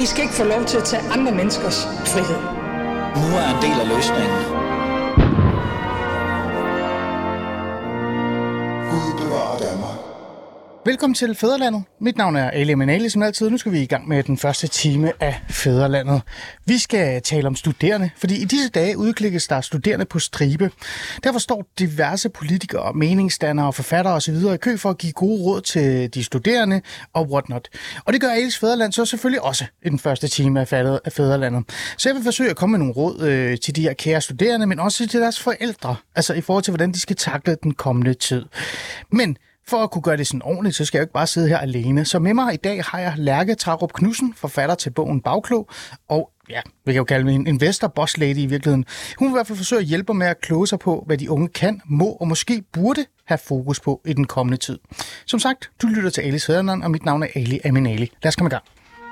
skal ikke få lov til at tage andre menneskers frihed. Nu er en del af løsningen. Gud bevarer Danmark. Velkommen til Fædrelandet. Mit navn er Ali Aminali, som altid. Nu skal vi i gang med den første time af Fædrelandet. Vi skal tale om studerende, fordi i disse dage udklikkes der studerende på stribe. Derfor står diverse politikere, meningsdannere, forfattere osv. i kø for at give gode råd til de studerende og whatnot. Og det gør Alis Fædreland så selvfølgelig også i den første time af Fædrelandet. Så jeg vil forsøge at komme med nogle råd til de her kære studerende, men også til deres forældre. Altså i forhold til, hvordan de skal takle den kommende tid. Men for at kunne gøre det sådan ordentligt, så skal jeg jo ikke bare sidde her alene. Så med mig i dag har jeg Lærke Tarup Knudsen, forfatter til bogen Bagklog, og ja, vi kan jo kalde hende en investor boss lady i virkeligheden. Hun vil i hvert fald forsøge at hjælpe med at kloge sig på, hvad de unge kan, må og måske burde have fokus på i den kommende tid. Som sagt, du lytter til Alis Fædreland, og mit navn er Ali Aminali. Lad os komme i gang.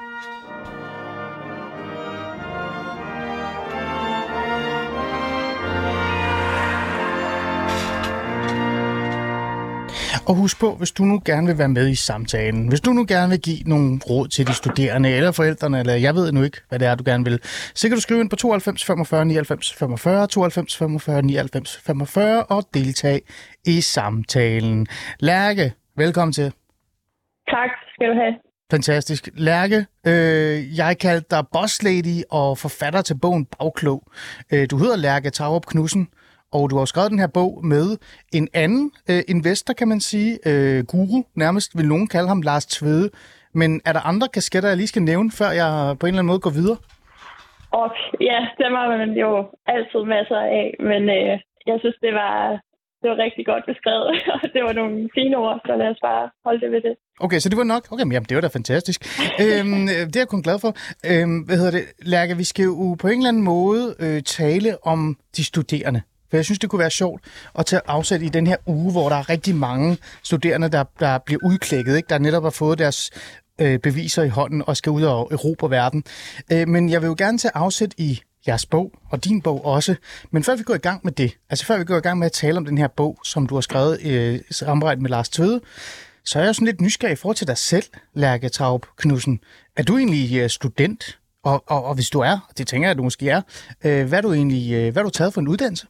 Og husk på, hvis du nu gerne vil være med i samtalen, hvis du nu gerne vil give nogle råd til de studerende eller forældrene, eller jeg ved nu ikke, hvad det er, du gerne vil, så kan du skrive ind på 92 45 99 45, 92 45 99 45 og deltage i samtalen. Lærke, velkommen til. Tak skal du have. Fantastisk. Lærke, jeg kaldte dig boss lady og forfatter til bogen Bagklog. Du hedder Lærke Tarup Knudsen. Og du har skrevet den her bog med en anden investor, kan man sige, guru, nærmest vil nogen kalde ham Lars Tvede. Men er der andre kasketter, jeg lige skal nævne, før jeg på en eller anden måde går videre? Ja, det har man jo altid masser af, men jeg synes, det var rigtig godt beskrevet, og det var nogle fine ord, så lad os bare holde det ved det. Okay, så det var nok. Okay, men jamen, det var da fantastisk. Det er jeg kun glad for. Lærke, vi skal jo på en eller anden måde tale om de studerende. For jeg synes, det kunne være sjovt at tage afsæt i den her uge, hvor der er rigtig mange studerende, der bliver udklækket, ikke? Der netop har fået deres beviser i hånden og skal ud og erobre verden. Men jeg vil jo gerne tage afsæt i jeres bog, og din bog også. Men før vi går i gang med det, altså før vi går i gang med at tale om den her bog, som du har skrevet i samarbejde med Lars Tvede, så er jeg jo sådan lidt nysgerrig i forhold til dig selv, Lærke Tarup Knudsen. Er du egentlig student? Og hvis du er, det tænker jeg, at du måske er, hvad har du taget for en uddannelse?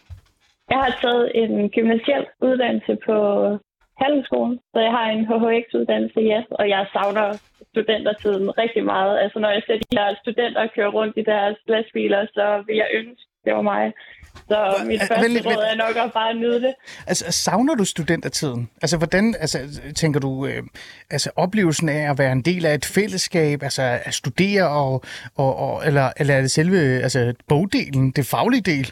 Jeg har taget en gymnasiel uddannelse på Handelsskolen, så jeg har en HHX-uddannelse, ja, og jeg savner studentertiden rigtig meget. Altså når jeg ser de her studenter køre rundt i deres lastbiler, så vil jeg ønske, det var mig. Så mit første råd er nok at bare nyde det. Altså, savner du studentertiden? Altså, hvordan tænker du, oplevelsen af at være en del af et fællesskab, altså at studere, eller er det selve bogdelen, det faglige del?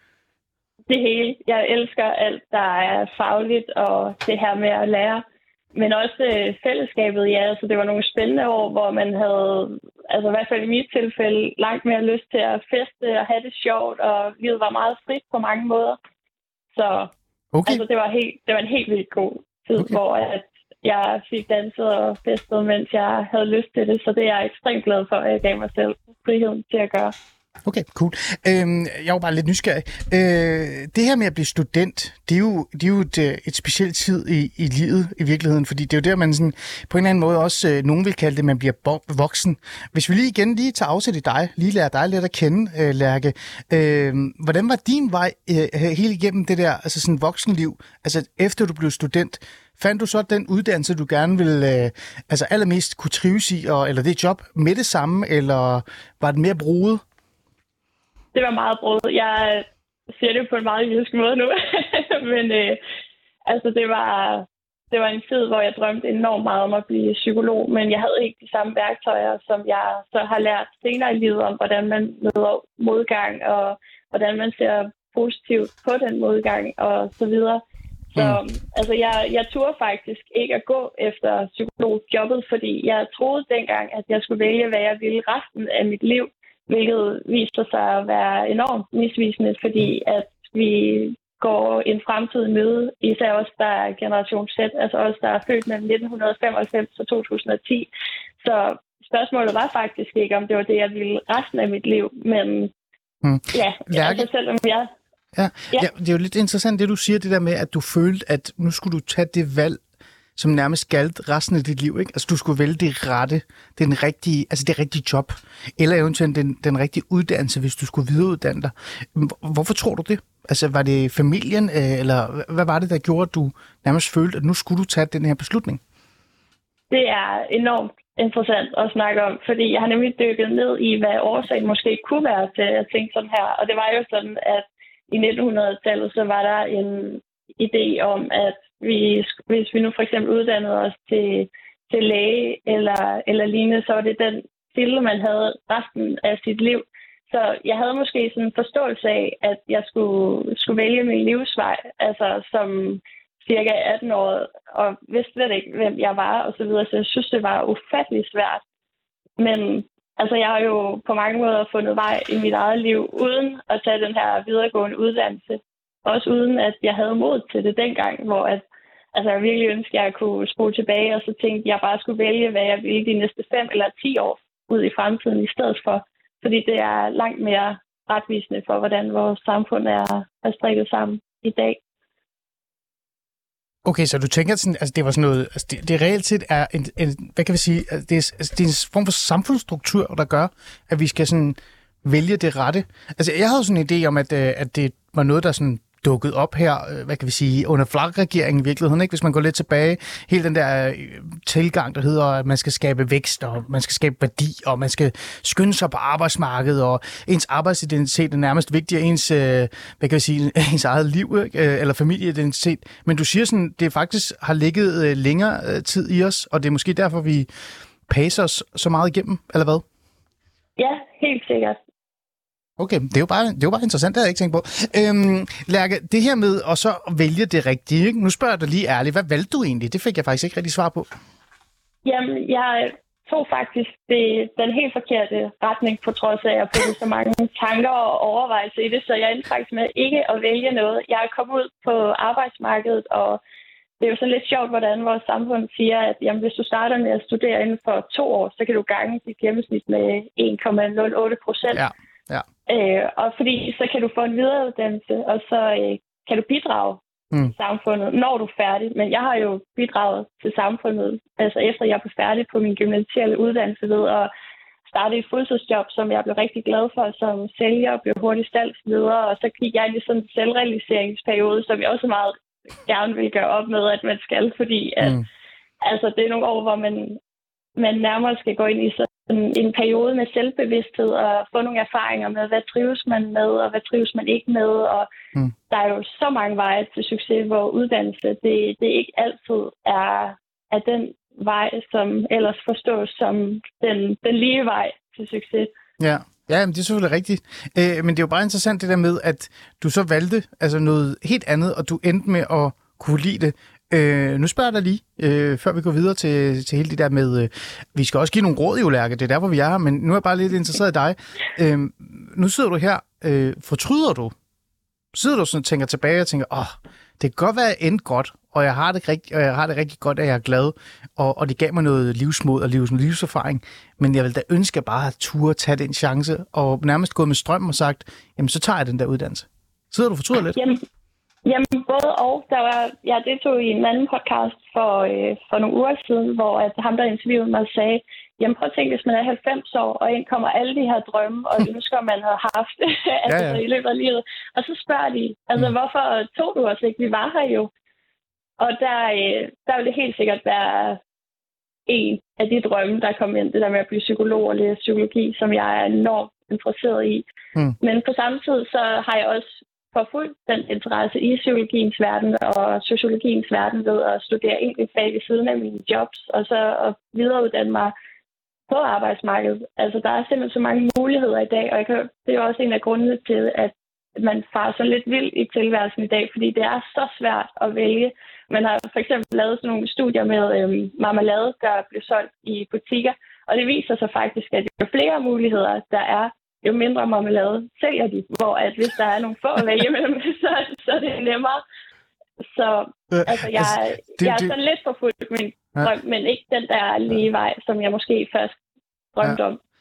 Det hele. Jeg elsker alt, der er fagligt, og det her med at lære. Men også fællesskabet, ja. Så det var nogle spændende år, hvor man havde, altså i hvert fald i mit tilfælde, langt mere lyst til at feste og have det sjovt, og livet var meget frit på mange måder. Så okay. Altså, det var en helt vildt god tid, okay, hvor jeg fik danset og festet, mens jeg havde lyst til det. Så det er jeg ekstremt glad for, at jeg gav mig selv friheden til at gøre. Okay, cool. Jeg var bare lidt nysgerrig. Det her med at blive student, det er jo et specielt tid i livet i virkeligheden, fordi det er jo der, man sådan, på en eller anden måde også, nogen vil kalde det, man bliver voksen. Hvis vi lige tager afsæt i dig, lige lærer dig lidt at kende, Lærke. Hvordan var din vej helt igennem det der, altså sådan voksenliv, altså efter du blev student? Fandt du så den uddannelse, du gerne ville allermest kunne trives i, eller det job med det samme, eller var det mere broget? Det var meget broget. Jeg siger det på en meget jysk måde nu. Men det var en tid, hvor jeg drømte enormt meget om at blive psykolog, men jeg havde ikke de samme værktøjer, som jeg så har lært senere i livet om, hvordan man møder modgang, og hvordan man ser positivt på den modgang, og så videre. Så jeg turde faktisk ikke at gå efter psykologjobbet, fordi jeg troede dengang, at jeg skulle vælge, hvad jeg ville resten af mit liv, hvilket viste sig at være enormt misvisende, fordi at vi går en fremtid i møde, især også der er generation Z, altså også der er født mellem 1995 og 2010. Så spørgsmålet var faktisk ikke, om det var det, jeg ville resten af mit liv, men altså selvom jeg... Ja, det er jo lidt interessant, det du siger, det der med, at du følte, at nu skulle du tage det valg, som nærmest galt resten af dit liv, ikke? Altså, du skulle vælge det rigtige job, eller eventuelt den rigtige uddannelse, hvis du skulle videreuddanne dig. Hvorfor tror du det? Altså, var det familien, eller hvad var det, der gjorde, at du nærmest følte, at nu skulle du tage den her beslutning? Det er enormt interessant at snakke om, fordi jeg har nemlig dykket ned i, hvad årsagen måske kunne være til at tænke sådan her. Og det var jo sådan, at i 1900-tallet, så var der en idé om, at hvis vi nu for eksempel uddannede os til læge eller lignende, så var det den titel, man havde resten af sit liv. Så jeg havde måske sådan en forståelse af, at jeg skulle vælge min livsvej, altså som cirka 18 år, og vidste slet ikke, hvem jeg var, og så videre. Så jeg synes, det var ufatteligt svært. Men altså, jeg har jo på mange måder fundet vej i mit eget liv, uden at tage den her videregående uddannelse. Også uden, at jeg havde mod til det dengang, hvor jeg virkelig ønskede, at jeg kunne spole tilbage, og så tænkte jeg bare skulle vælge, hvad jeg ville de næste 5 eller 10 år ud i fremtiden i stedet for. Fordi det er langt mere retvisende for, hvordan vores samfund er strikket sammen i dag. Okay, så du tænker sådan, altså det var sådan noget, altså det reelt set er hvad kan vi sige, det er en form for samfundsstruktur, der gør, at vi skal sådan vælge det rette. Altså jeg havde sådan en idé om, at det var noget, der sådan dukket op her, hvad kan vi sige, under Flak-regeringen i virkeligheden, ikke? Hvis man går lidt tilbage, hele den der tilgang, der hedder, at man skal skabe vækst, og man skal skabe værdi, og man skal skynde sig på arbejdsmarkedet, og ens arbejdsidentitet er nærmest vigtigere ens, hvad kan vi sige, ens eget liv, ikke? Eller familieidentitet. Men du siger sådan, det faktisk har ligget længere tid i os, og det er måske derfor, vi passer os så meget igennem, eller hvad? Ja, helt sikkert. Okay, det er jo bare interessant, det havde jeg ikke tænkt på. Lærke, det her med at så vælge det rigtige, ikke? Nu spørger jeg dig lige ærligt, hvad valgte du egentlig? Det fik jeg faktisk ikke rigtig svar på. Jamen, jeg tog faktisk den helt forkerte retning, på trods af, at jeg fik så mange tanker og overvejelser i det, så jeg endte faktisk med ikke at vælge noget. Jeg er kommet ud på arbejdsmarkedet, og det er jo så lidt sjovt, hvordan vores samfund siger, at jamen, hvis du starter med at studere inden for 2 år, så kan du gange dit gennemsnit med 1,08%. Ja. Ja. Og fordi så kan du få en videreuddannelse, og så kan du bidrage til samfundet, når du er færdig. Men jeg har jo bidraget til samfundet, altså efter jeg blev færdig på min gymnasiale uddannelse ved at starte et fuldtidsjob, som jeg blev rigtig glad for som sælger, og blev hurtigt salgsleder, og så gik jeg ind i sådan en selvrealiseringsperiode, som jeg også meget gerne vil gøre op med, at man skal, fordi at, altså, det er nogle år, hvor man nærmere skal gå ind i en periode med selvbevidsthed og få nogle erfaringer med, hvad trives man med, og hvad trives man ikke med. Og der er jo så mange veje til succes, hvor uddannelse, det ikke altid er den vej, som ellers forstås som den lige vej til succes. Ja. Ja, men det er selvfølgelig rigtigt. Men det er jo bare interessant det der med, at du så valgte altså noget helt andet, og du endte med at kunne lide det. Nu spørger jeg dig lige, før vi går videre til hele det der med, vi skal også give nogle råd, jo, Lærke, det er derfor, vi er her, men nu er jeg bare lidt interesseret i dig. Nu sidder du her, fortryder du? Sidder du sådan og tænker tilbage og tænker, det kan godt være, at jeg endte godt, og jeg har det rigtig godt, at jeg er glad, og det gav mig noget livsmod og livserfaring, men jeg vil da ønske, at jeg bare have turde tage den chance, og nærmest gået med strømmen og sagt, jamen så tager jeg den der uddannelse. Sidder du og fortryder lidt? Jamen både og. Jeg deltog i en anden podcast for nogle uger siden, hvor at ham, der interviewede mig, sagde, jamen prøv at tænke, hvis man er 90 år, og ind kommer alle de her drømme og ønsker, man havde haft i løbet af livet. Og så spørger de, altså hvorfor tog du os ikke? Vi var her jo. Og der vil det helt sikkert være en af de drømme, der kom ind, det der med at blive psykolog og læse psykologi, som jeg er enormt interesseret i. Men på samme tid, så har jeg også forfulgt den interesse i psykologiens verden og sociologiens verden ved at studere enkeltfag ved siden af mine jobs, og så at videreuddanne mig på arbejdsmarkedet. Altså, der er simpelthen så mange muligheder i dag, og det er også en af grundene til, at man farer så lidt vild i tilværelsen i dag, fordi det er så svært at vælge. Man har for eksempel lavet sådan nogle studier med marmelade, der bliver solgt i butikker, og det viser sig faktisk, at jo flere muligheder der er, jo mindre marmelade sælger de, hvor at hvis der er nogle få at vælge mellem, så er det nemmere. Så altså, jeg er sådan lidt forfulgt min drøm, men ikke den der lige vej, som jeg måske først drømte om.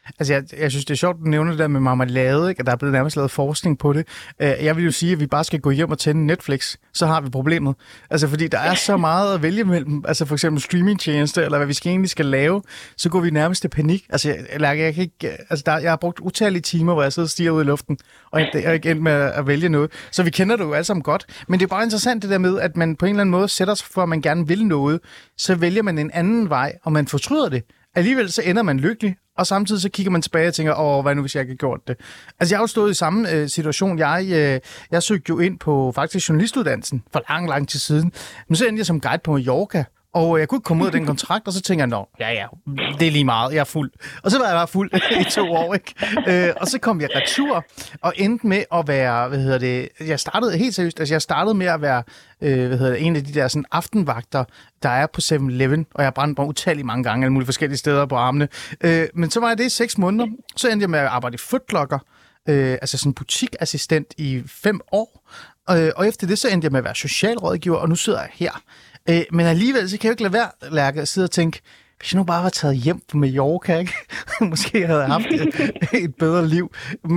Altså, jeg synes, det er sjovt, du nævner det der med marmelade, ikke? At der er blevet nærmest lavet forskning på det. Jeg vil jo sige, at vi bare skal gå hjem og tænde Netflix, så har vi problemet. Altså, fordi der er så meget at vælge mellem, altså for eksempel streamingtjenester, eller hvad vi egentlig skal lave, så går vi nærmest i panik. Altså, jeg kan ikke, altså jeg har brugt utallige timer, hvor jeg sidder og stiger ud i luften, og jeg er ikke endt med at vælge noget. Så vi kender det jo alle sammen godt. Men det er bare interessant det der med, at man på en eller anden måde sætter sig for, at man gerne vil noget, så vælger man en anden vej, og man fortryder det. Alligevel så ender man lykkelig, og samtidig så kigger man tilbage og tænker, hvad nu hvis jeg ikke har gjort det? Altså jeg har jo stået i samme situation. Jeg søgte jo ind på faktisk journalistuddannelsen for lang tid siden, men så endte jeg som guide på Mallorca, og jeg kunne ikke komme ud af den kontrakt, og så tænker jeg, ja, det er lige meget, jeg er fuld. Og så var jeg bare fuld i 2 år, ikke? Og så kom jeg retur, og endte med at være, jeg startede helt seriøst, altså jeg startede med at være, en af de der sådan aftenvagter, der er på 7-Eleven, og jeg brændte mig utallige mange gange, alle mulige forskellige steder på armene. Men så var jeg det i 6 måneder, så endte jeg med at arbejde i Foot Locker, altså sådan butikassistent i 5 år, og efter det så endte jeg med at være socialrådgiver, og nu sidder jeg her. Men alligevel, så kan jeg jo ikke lade være, Lærke, at sidde og tænke, hvis jeg nu bare var taget hjem på Mallorca, ikke? Måske havde jeg haft et bedre liv.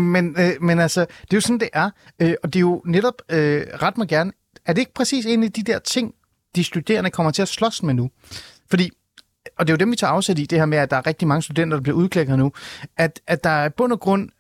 Men altså, det er jo sådan, det er. Og det er jo netop, ret mig gerne, er det ikke præcis en af de der ting, de studerende kommer til at slås med nu? Fordi, og det er jo dem, vi tager afsæt i, det her med, at der er rigtig mange studenter, der bliver udklækket nu, at der er i bund og grund,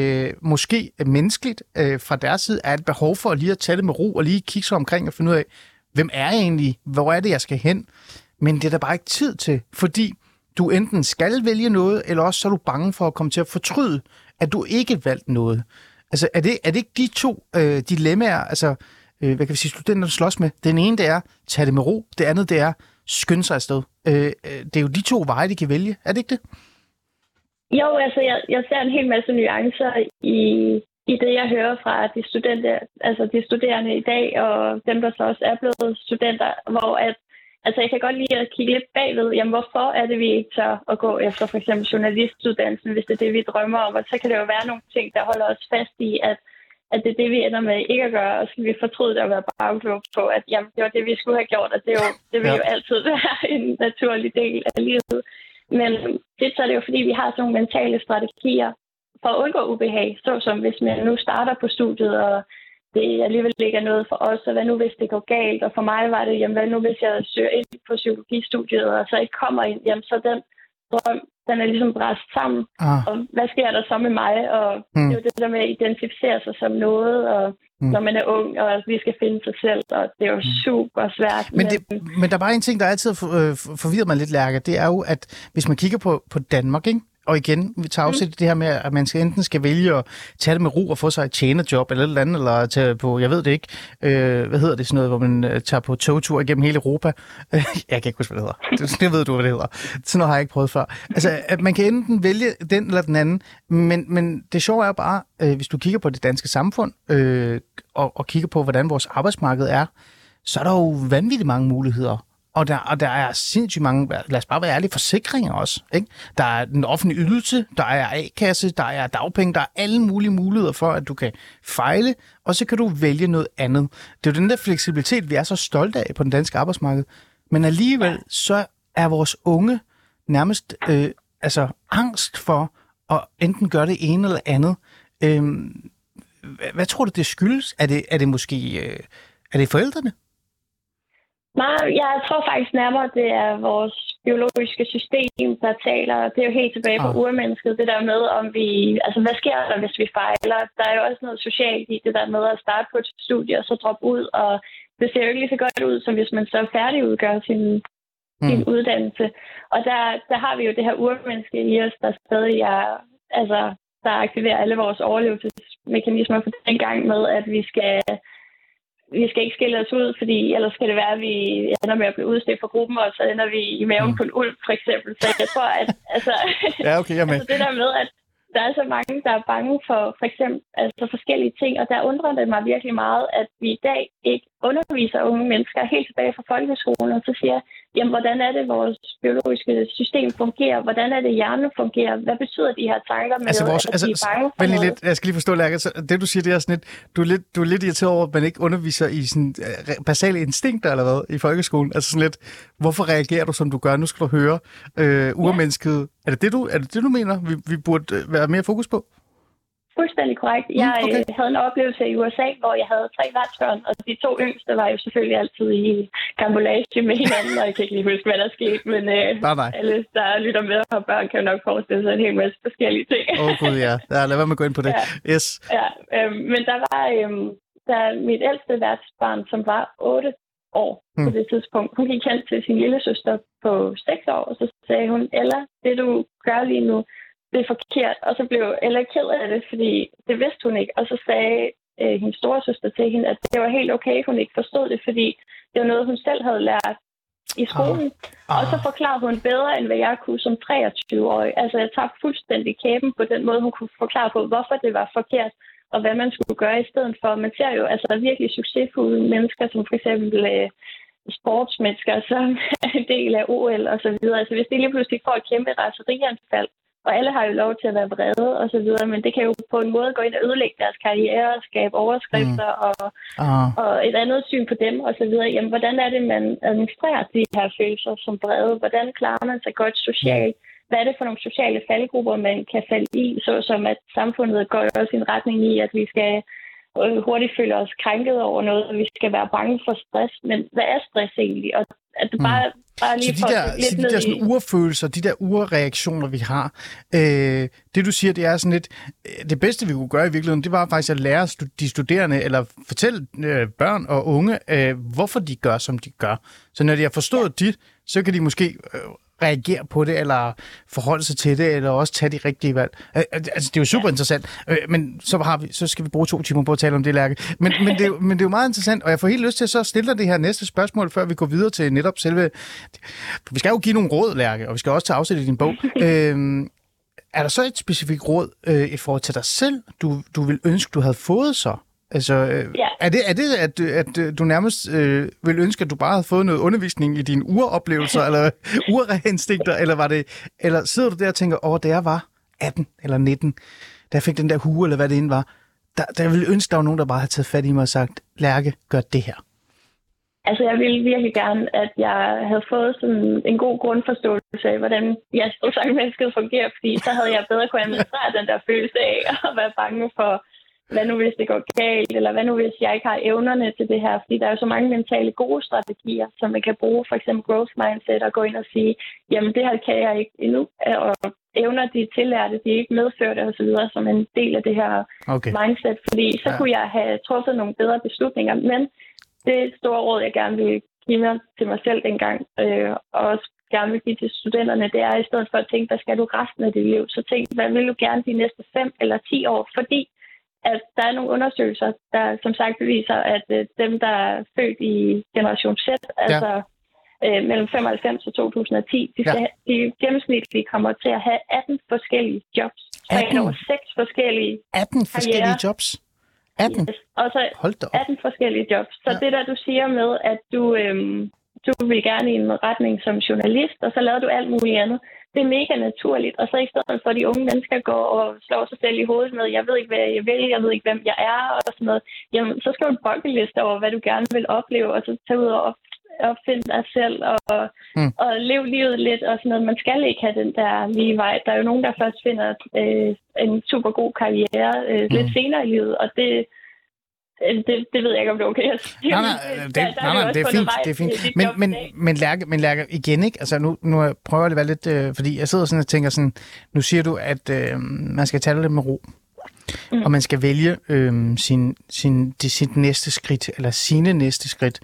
måske menneskeligt fra deres side, er et behov for lige at tage det med ro, og lige kigge sig omkring og finde ud af, hvem er jeg egentlig? Hvor er det, jeg skal hen? Men det er der bare ikke tid til, fordi du enten skal vælge noget, eller også så er du bange for at komme til at fortryde, at du ikke valgte noget. Altså, er det ikke de 2 dilemmaer, altså, hvad kan vi sige, studenterne slås med? Den ene, det er, tage det med ro. Det andet, det er, skynde sig afsted. Det er jo de 2 veje, de kan vælge. Er det ikke det? Jo, altså, jeg ser en hel masse nuancer i det, jeg hører fra de studerende i dag, og dem, der så også er blevet studenter, hvor jeg kan godt lide at kigge lidt bagved, jamen hvorfor er det, vi ikke tør at gå efter for eksempel journalistuddannelsen, hvis det er det, vi drømmer om, og så kan det jo være nogle ting, der holder os fast i, at det er det, vi ender med ikke at gøre, og så vi fortryde det at være bagklog på, at jamen, det var det, vi skulle have gjort, og det vil jo altid være en naturlig del af livet. Men det er det jo, fordi vi har sådan nogle mentale strategier, for at undgå ubehag, såsom hvis man nu starter på studiet, og det alligevel ikke er noget for os, og hvad nu hvis det går galt, og for mig var det, jamen hvad nu hvis jeg søger ind på psykologistudiet, og så ikke kommer ind, jamen så den drøm, den er ligesom bræst sammen, og hvad sker der så med mig, og det er jo det der med at identificere sig som noget, og når man er ung, og vi skal finde sig selv, og det er jo super svært. Men der er bare en ting, der altid forvirrer mig lidt, Lærke, det er jo, at hvis man kigger på Danmark, ikke? Og igen, vi tager afsæt det her med, at man enten skal vælge at tage det med ro og få sig et tjenerjob eller et eller andet, eller tage på, jeg ved det ikke, hvad hedder det sådan noget, hvor man tager på togtur igennem hele Europa. Jeg kan ikke huske, hvad det hedder. Det ved du, hvad det hedder. Sådan noget har jeg ikke prøvet før. Altså, at man kan enten vælge den eller den anden, men det sjove er jo bare, hvis du kigger på det danske samfund, og kigger på, hvordan vores arbejdsmarked er, så er der jo vanvittigt mange muligheder. Og der er sindssygt mange, lad os bare være ærlige, forsikringer også. Ikke? Der er den offentlige ydelse, der er A-kasse, der er dagpenge, der er alle mulige muligheder for, at du kan fejle, og så kan du vælge noget andet. Det er jo den der fleksibilitet, vi er så stolte af på den danske arbejdsmarked. Men alligevel, så er vores unge nærmest angst for at enten gøre det ene eller andet. Hvad tror du, det skyldes? Er det måske er det forældrene? Nej, jeg tror faktisk nærmere, at det er vores biologiske system, der taler. Det er jo helt tilbage på urmennesket, det der med, om vi... Altså, hvad sker der, hvis vi fejler? Der er jo også noget socialt i det der med at starte på et studie og så droppe ud, og det ser jo ikke lige så godt ud, som hvis man så færdigudgør sin uddannelse. Og der har vi jo det her urmenneske i os, der stadig er... Altså, der aktiverer alle vores overlevelsesmekanismer på den gang med, at vi skal ikke skille os ud, fordi ellers skal det være, at vi ender med at blive udstedt fra gruppen, og så ender vi i maven på en ulv, for eksempel. Så jeg tror, at ja, okay, jeg med. Altså det der med, at der er så mange, der er bange for eksempel forskellige ting, og der undrer det mig virkelig meget, at vi i dag ikke underviser unge mennesker helt tilbage fra folkeskolen, og så siger, jamen, hvordan er det, vores biologiske system fungerer? Hvordan er det, hjernen fungerer? Hvad betyder de her tanker med, at de er bange for noget? Lidt, jeg skal lige forstå, Lærke, det du siger, det er sådan lidt, du er lidt irriteret over, at man ikke underviser i sådan basale instinkter, eller hvad, i folkeskolen. Altså sådan lidt, hvorfor reagerer du, som du gør? Nu skal du høre urmennesket. Ja. Er det det, du mener, vi burde være mere fokus på? Fuldstændig korrekt. Jeg havde en oplevelse i USA, hvor jeg havde 3 værtsbørn, og de 2 yngste var jo selvfølgelig altid i karambolage med hinanden, og jeg kan ikke lige huske, hvad der skete, men alle, der lytter med og har børn, kan jo nok forestille sig en hel masse forskellige ting. Gud, ja. Lad være med at gå ind på det. Ja. Yes. Ja, men der var mit ældste værtsbarn, som var 8 år på det tidspunkt. Hun gik hen til sin lille søster på 6 år, og så sagde hun, Ella, det du gør lige nu, det er forkert. Og så blev Ella ked af det, fordi det vidste hun ikke. Og så sagde hendes storesøster til hende, at det var helt okay, hun ikke forstod det, fordi det var noget, hun selv havde lært i skolen. Og så forklarede hun bedre, end hvad jeg kunne som 23-årig. Altså, jeg tager fuldstændig kæben på den måde, hun kunne forklare på, hvorfor det var forkert, og hvad man skulle gøre i stedet for. Man ser jo altså virkelig succesfulde mennesker, som for eksempel sportsmennesker, som er en del af OL og så videre. Altså, hvis de lige pludselig får et kæmpe raserianfald, og alle har jo lov til at være vrede og så videre, men det kan jo på en måde gå ind og ødelægge deres karriere, skabe overskrifter og et andet syn på dem og så videre. Jamen, hvordan er det, man administrerer de her følelser som vrede? Hvordan klarer man sig godt socialt? Hvad er det for nogle sociale faldgrupper, man kan falde i, såsom at samfundet går også i en retning i, at vi skal hurtigt føle os krænket over noget, og vi skal være bange for stress. Men hvad er stress egentlig? Og at det bare lige så de der sådan urfølelser, de der urreaktioner, vi har, det du siger, det er sådan lidt, det bedste vi kunne gøre i virkeligheden, det var faktisk at lære de studerende, eller fortælle børn og unge, hvorfor de gør, som de gør. Så når de har forstået dit, så kan de måske reagere på det, eller forholde sig til det, eller også tage de rigtige valg. Altså, det er jo super interessant, men så skal vi bruge 2 timer på at tale om det, Lærke. Men det er jo meget interessant, og jeg får helt lyst til at så stille dig det her næste spørgsmål, før vi går videre til netop selve... Vi skal jo give nogle råd, Lærke, og vi skal også tage afsæt i din bog. Er der så et specifikt råd i forhold til dig selv, du vil ønske, du havde fået så? Altså, er det, at du nærmest vil ønske, at du bare havde fået noget undervisning i dine uroplevelser, eller urinstinkter, eller sidder du der og tænker, da jeg var 18 eller 19, da jeg fik den der hue, eller hvad det end var, der ville ønske, der var nogen, der bare havde taget fat i mig og sagt, Lærke, gør det her. Altså, jeg ville virkelig gerne, at jeg havde fået sådan en god grundforståelse af, hvordan mennesket fungerer, fordi så havde jeg bedre kunne administrere den der følelse af at være bange for, hvad nu hvis det går galt, eller hvad nu hvis jeg ikke har evnerne til det her, fordi der er jo så mange mentale gode strategier, som man kan bruge, for eksempel growth mindset, og gå ind og sige, jamen det her kan jeg ikke endnu, og evner de tillærte, de er ikke medførte og så videre, som en del af det her mindset, fordi så kunne jeg have truffet nogle bedre beslutninger, men det store råd, jeg gerne vil give mig til mig selv dengang, og også gerne vil give til studenterne, det er i stedet for at tænke, hvad skal du resten af dit liv, så tænk, hvad vil du gerne de næste 5 eller 10 år, fordi at der er nogle undersøgelser, der som sagt beviser, at dem, der er født i generation Z, altså mellem 95 og 2010, de gennemsnitligt kommer til at have 18 forskellige jobs. 18 over 6 forskellige 18 forskellige jobs? 18? Yes. Og så 18 forskellige jobs. Så det der, du siger med, at du vil gerne i en retning som journalist, og så laver du alt muligt andet. Det er mega naturligt, og så i stedet for, at de unge mennesker går og slår sig selv i hovedet med, jeg ved ikke, hvad jeg vil, jeg ved ikke, hvem jeg er, og sådan noget, jamen, så skal du en bucketliste over, hvad du gerne vil opleve, og så tage ud og opfinde dig selv, og leve livet lidt, og sådan noget. Man skal ikke have den der lige vej. Der er jo nogen, der først finder en super god karriere lidt senere i livet, og det ved jeg ikke, om det er okay. Nej, det er fint. Men Lærke, igen, ikke? Altså, nu prøver jeg at være lidt... fordi jeg sidder sådan og tænker sådan... Nu siger du, at man skal tage det med ro. Og man skal vælge sit næste skridt, eller sine næste skridt,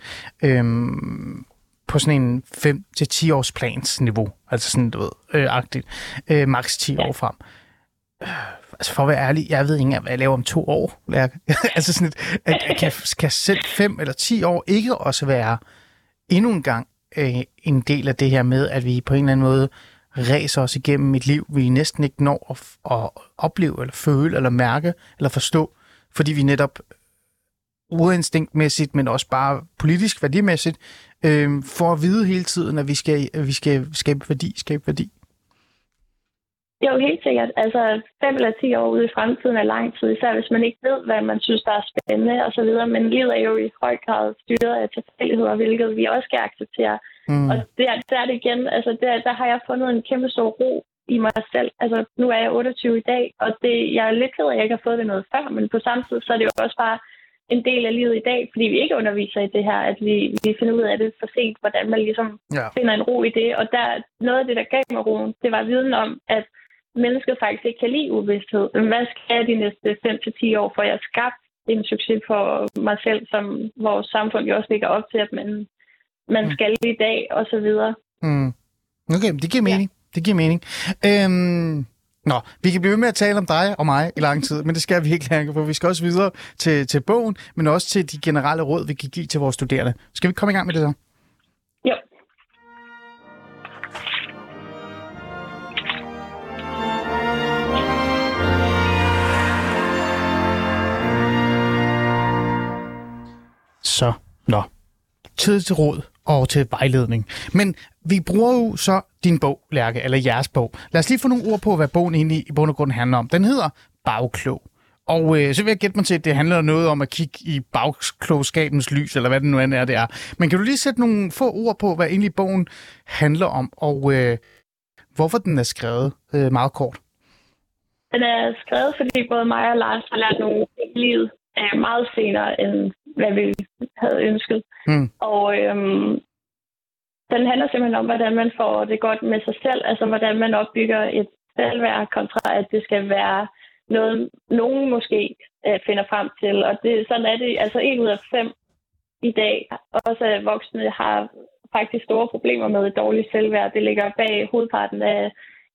på sådan en 5-10 års plans niveau. Altså sådan, du ved, agtigt. Maks 10 år frem. Altså for at være ærlig, jeg ved ikke, hvad jeg laver om 2 år, Lærke. Altså sådan kan selv 5 eller 10 år ikke også være endnu en gang en del af det her med, at vi på en eller anden måde ræser os igennem et liv, vi næsten ikke når at opleve, eller føle, eller mærke, eller forstå, fordi vi netop urinstinktmæssigt, men også bare politisk værdimæssigt, for at vide hele tiden, at vi skal skabe værdi. Jo, helt sikkert. Altså 5 eller 10 år ude i fremtiden er lang tid, især hvis man ikke ved, hvad man synes, der er spændende og så videre. Men livet er jo i høj grad styret af tilfældigheder, hvilket vi også skal acceptere. Og der er det igen, altså der har jeg fundet en kæmpe stor ro i mig selv. Altså nu er jeg 28 i dag, og jeg er lidt ked af, at jeg ikke har fået det noget før, men på samme tid, så er det jo også bare en del af livet i dag, fordi vi ikke underviser i det her, at vi finder ud af det for sent, hvordan man ligesom finder en ro i det. Og noget af det, der gav mig roen, det var viden om, at mennesket faktisk ikke kan lide uvidsthed. Hvad skal jeg de næste 5-10 år, for jeg har skabt en succes for mig selv, som vores samfund jo også ligger op til, at man skal i dag, og så videre. Okay, det giver mening. Ja. Det giver mening. Vi kan blive ved med at tale om dig og mig i lang tid, men det skal vi ikke længere, for vi skal også videre til bogen, men også til de generelle råd, vi kan give til vores studerende. Skal vi komme i gang med det så? Jo. Så, tid til råd og til vejledning. Men vi bruger jo så din bog, Lærke, eller jeres bog. Lad os lige få nogle ord på, hvad bogen egentlig i bund og grund handler om. Den hedder Bagklog. Og så vil jeg gætte mig til, at det handler noget om at kigge i bagklogskabens lys, eller hvad det nu end er, det er. Men kan du lige sætte nogle få ord på, hvad egentlig bogen handler om, og hvorfor den er skrevet meget kort? Den er skrevet, fordi både mig og Lars har lært nogle ting i livet meget senere, end hvad vi havde ønsket. Og den handler simpelthen om, hvordan man får det godt med sig selv, altså hvordan man opbygger et selvværd, kontra at det skal være noget, nogen måske finder frem til. Og sådan er det, altså 1 ud af 5 i dag, også voksne, har faktisk store problemer med et dårligt selvværd. Det ligger bag hovedparten af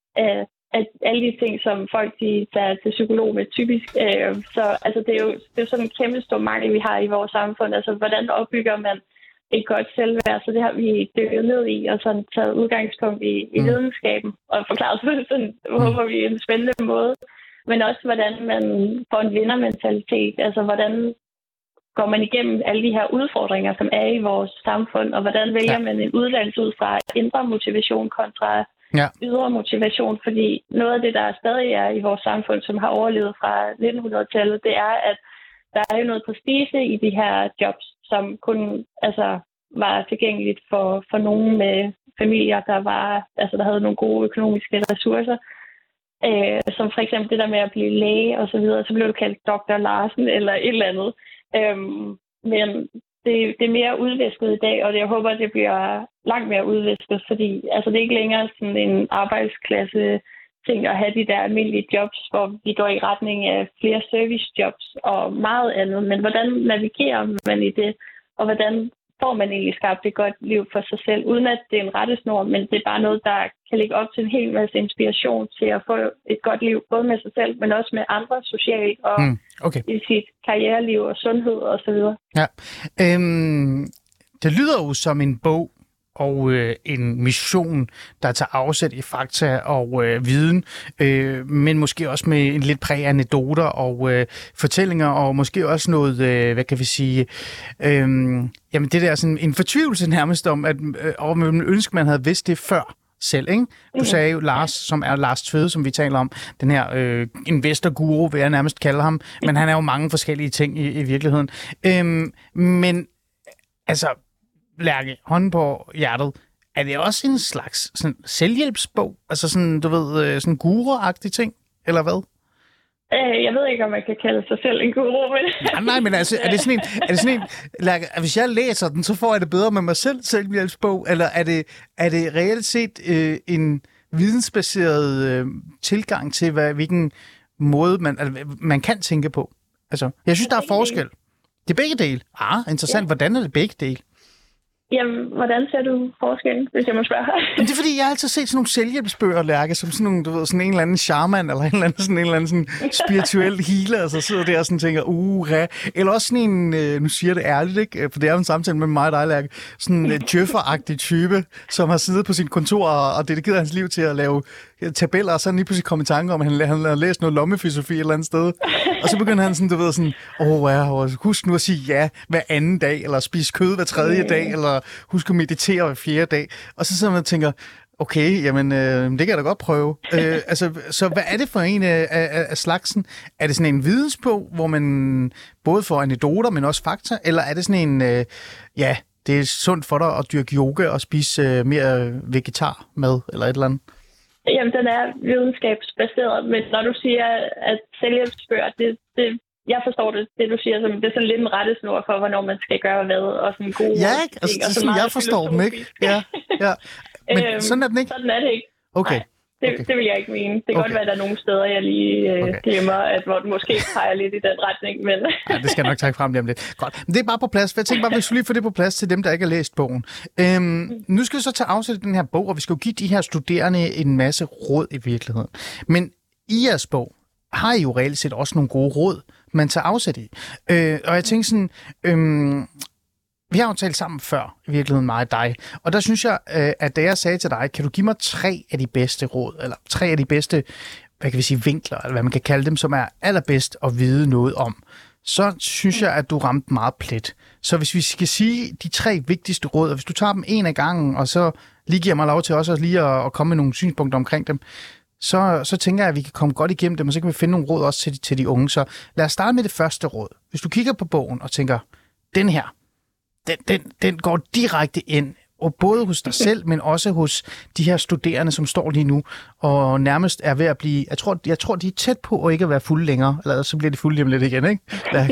alle de ting, som folk de tager til psykolog med typisk. Så altså, det er jo sådan en kæmpe stor mangel, vi har i vores samfund. Altså, hvordan opbygger man et godt selvværd? Så det har vi dykket ned i, og sådan taget udgangspunkt i videnskaben, og forklaret sådan, håber vi, en spændende måde. Men også, hvordan man får en vindermentalitet. Altså, hvordan går man igennem alle de her udfordringer, som er i vores samfund, og hvordan vælger man en uddannelse ud fra indre motivation kontra ydre motivation, fordi noget af det, der stadig er i vores samfund, som har overlevet fra 1900-tallet, det er, at der er jo noget prestige i de her jobs, som kun var tilgængeligt for nogen med familier, der havde nogle gode økonomiske ressourcer. Som for eksempel det der med at blive læge og så videre, så blev du kaldt Dr. Larsen eller et eller andet. Men det er mere udvisket i dag, og jeg håber, at det bliver langt mere udvisket, fordi altså, det er ikke længere sådan en arbejdsklasse ting at have de der almindelige jobs, hvor vi går i retning af flere servicejobs og meget andet. Men hvordan navigerer man i det, og hvordan får man egentlig skabt et godt liv for sig selv, uden at det er en rettesnor, men det er bare noget, der kan lægge op til en hel masse inspiration til at få et godt liv, både med sig selv, men også med andre socialt og i sit karriereliv og sundhed og så videre. Ja. Det lyder jo som en bog og en mission, der tager afsæt i fakta og viden, men måske også med en lidt præg anekdoter og fortællinger, og måske også noget, hvad kan vi sige, jamen det der sådan en fortvivlelse nærmest om, at man ønsker, man havde vidst det før selv, ikke? Du sagde jo Lars, som er Lars Tvede, som vi taler om, den her investor-guru, vil jeg nærmest kalde ham, men han er jo mange forskellige ting i virkeligheden. Men altså, Lærke, hånden på hjertet, er det også en slags sådan selvhjælpsbog? Altså sådan, du ved, sådan guru-agtig ting, eller hvad? Jeg ved ikke, om man kan kalde sig selv en guru, men... Nej, men altså, er det sådan en Lærke, hvis jeg læser den, så får jeg det bedre med mig selv, selvhjælpsbog, eller er det reelt set en vidensbaseret tilgang til, hvilken måde man kan tænke på? Altså, jeg synes, der er forskel. Det er begge dele. Interessant. Ja. Hvordan er det begge dele? Jamen, hvordan ser du forskellen, hvis jeg må spørge? Jamen, det er fordi, jeg har altid set sådan nogle selvhjælpsbøger, Lærke, som sådan nogle, du ved, sådan en eller anden shaman, eller en eller anden sådan spirituel healer, så sidder der og sådan tænker, eller også sådan en, nu siger det ærligt, ikke? For det er jo en samtale med mig og dig, Lærke, sådan en djøffer-agtig type, som har siddet på sin kontor og dedikeret hans liv til at lave tabeller, og så lige pludselig kom i tanke om, at han har læst noget lommefilosofi et eller andet sted. Og så begynder han sådan, du ved, sådan, husk nu at sige ja hver anden dag, eller spise kød hver tredje dag, eller husk at meditere hver fjerde dag. Og så sidder man og tænker, okay, jamen, det kan jeg da godt prøve. Så hvad er det for en af slagsen? Er det sådan en vidensbog, hvor man både får anekdoter, men også fakta? Eller er det sådan en, det er sundt for dig at dyrke yoga og spise mere vegetarmad, eller et eller andet? Jamen, den er videnskabsbaseret, men når du siger, at selvhjælpsbøger, jeg forstår det du siger, som det er sådan lidt en rettesnor for, hvornår man skal gøre hvad, og sådan gode ja, ikke? Altså, det er sådan, jeg forstår dem, ikke? Ja. Men sådan er den ikke? Sådan er det ikke. Okay. Nej, det vil jeg ikke mene. Det kan godt være, at der er nogle steder, jeg lige glemmer, at hvor det måske peger lidt i den retning. Men ja, det skal jeg nok trække frem lige om lidt. Godt. Men det er bare på plads. Jeg tænker bare, vi skal lige få det på plads til dem, der ikke har læst bogen. Nu skal vi så tage afsæt i den her bog, og vi skal jo give de her studerende en masse råd i virkeligheden. Men i jeres bog har I jo reelt set også nogle gode råd, man tager afsæt i. Og jeg tænker sådan... Vi har jo talt sammen før, i virkeligheden mig og dig, og der synes jeg, at da jeg sagde til dig, kan du give mig 3 af de bedste råd, eller 3 af de bedste, hvad kan vi sige, vinkler, eller hvad man kan kalde dem, som er allerbedst at vide noget om, så synes jeg, at du ramte meget plet. Så hvis vi skal sige de 3 vigtigste råd, og hvis du tager dem en af gangen, og så lige giver mig lov til også lige at komme med nogle synspunkter omkring dem, så tænker jeg, at vi kan komme godt igennem dem, og så kan vi finde nogle råd også til de unge. Så lad os starte med det første råd. Hvis du kigger på bogen og tænker, den her, den går direkte ind, og både hos dig selv, men også hos de her studerende, som står lige nu, og nærmest er ved at blive... Jeg tror de er tæt på at ikke at være fulde længere, eller så bliver de fulde lidt igen, ikke?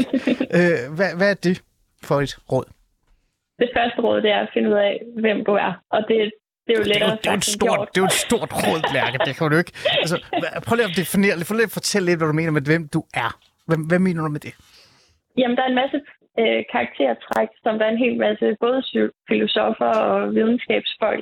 Hvad er det for et råd? Det første råd, det er at finde ud af, hvem du er. Og det er jo lettere det er jo et stort råd, Lærke. Det kan du ikke. Altså, prøv lige at definere, prøv lige at fortælle lidt, hvad du mener med, hvem du er. Hvad mener du med det? Jamen, der er en masse karaktertræk, som der er en hel masse både filosofer og videnskabsfolk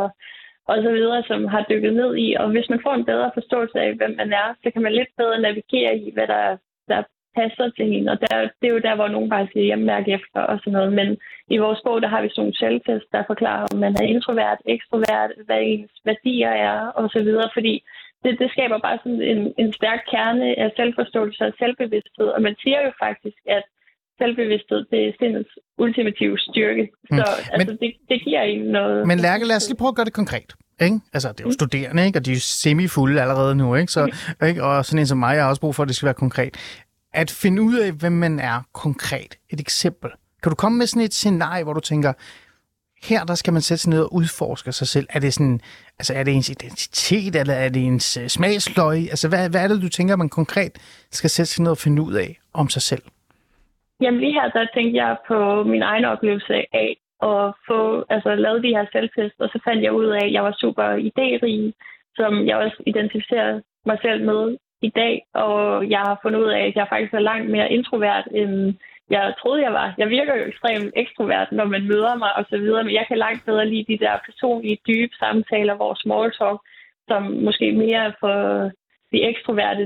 og så videre, som har dykket ned i. Og hvis man får en bedre forståelse af, hvem man er, så kan man lidt bedre navigere i, hvad der passer til hende. Og det er jo der, hvor nogen bare siger, jamen mærke efter og sådan noget. Men i vores bog, der har vi sådan nogle selvtest, der forklarer, om man er introvert, ekstrovert, hvad ens værdier er og så videre. Fordi det skaber bare sådan en stærk kerne af selvforståelse og selvbevidsthed. Og man siger jo faktisk, at selvbevidsthed, det er sindets ultimative styrke. Så altså, det giver en noget... Men Lærke, lad os lige prøve at gøre det konkret. Ikke? Altså, det er jo studerende, ikke? Og de er jo semi-fulde allerede nu, ikke? Så, ikke? Og sådan en som mig, jeg har også brug for, at det skal være konkret. At finde ud af, hvem man er konkret. Et eksempel. Kan du komme med sådan et scenarie, hvor du tænker, her der skal man sætte sig ned og udforske sig selv. Er det sådan, altså er det ens identitet, eller er det ens smagsløg? Altså, hvad er det, du tænker, man konkret skal sætte sig ned og finde ud af om sig selv? Jamen lige her, der tænkte jeg på min egen oplevelse af at få lavet de her selvtest, og så fandt jeg ud af, at jeg var super idérig, som jeg også identificerer mig selv med i dag, og jeg har fundet ud af, at jeg faktisk er langt mere introvert, end jeg troede, jeg var. Jeg virker jo ekstremt ekstrovert, når man møder mig og så videre, men jeg kan langt bedre lide de der personlige, dybe samtaler, hvor small talk, som måske mere for de ekstroverte,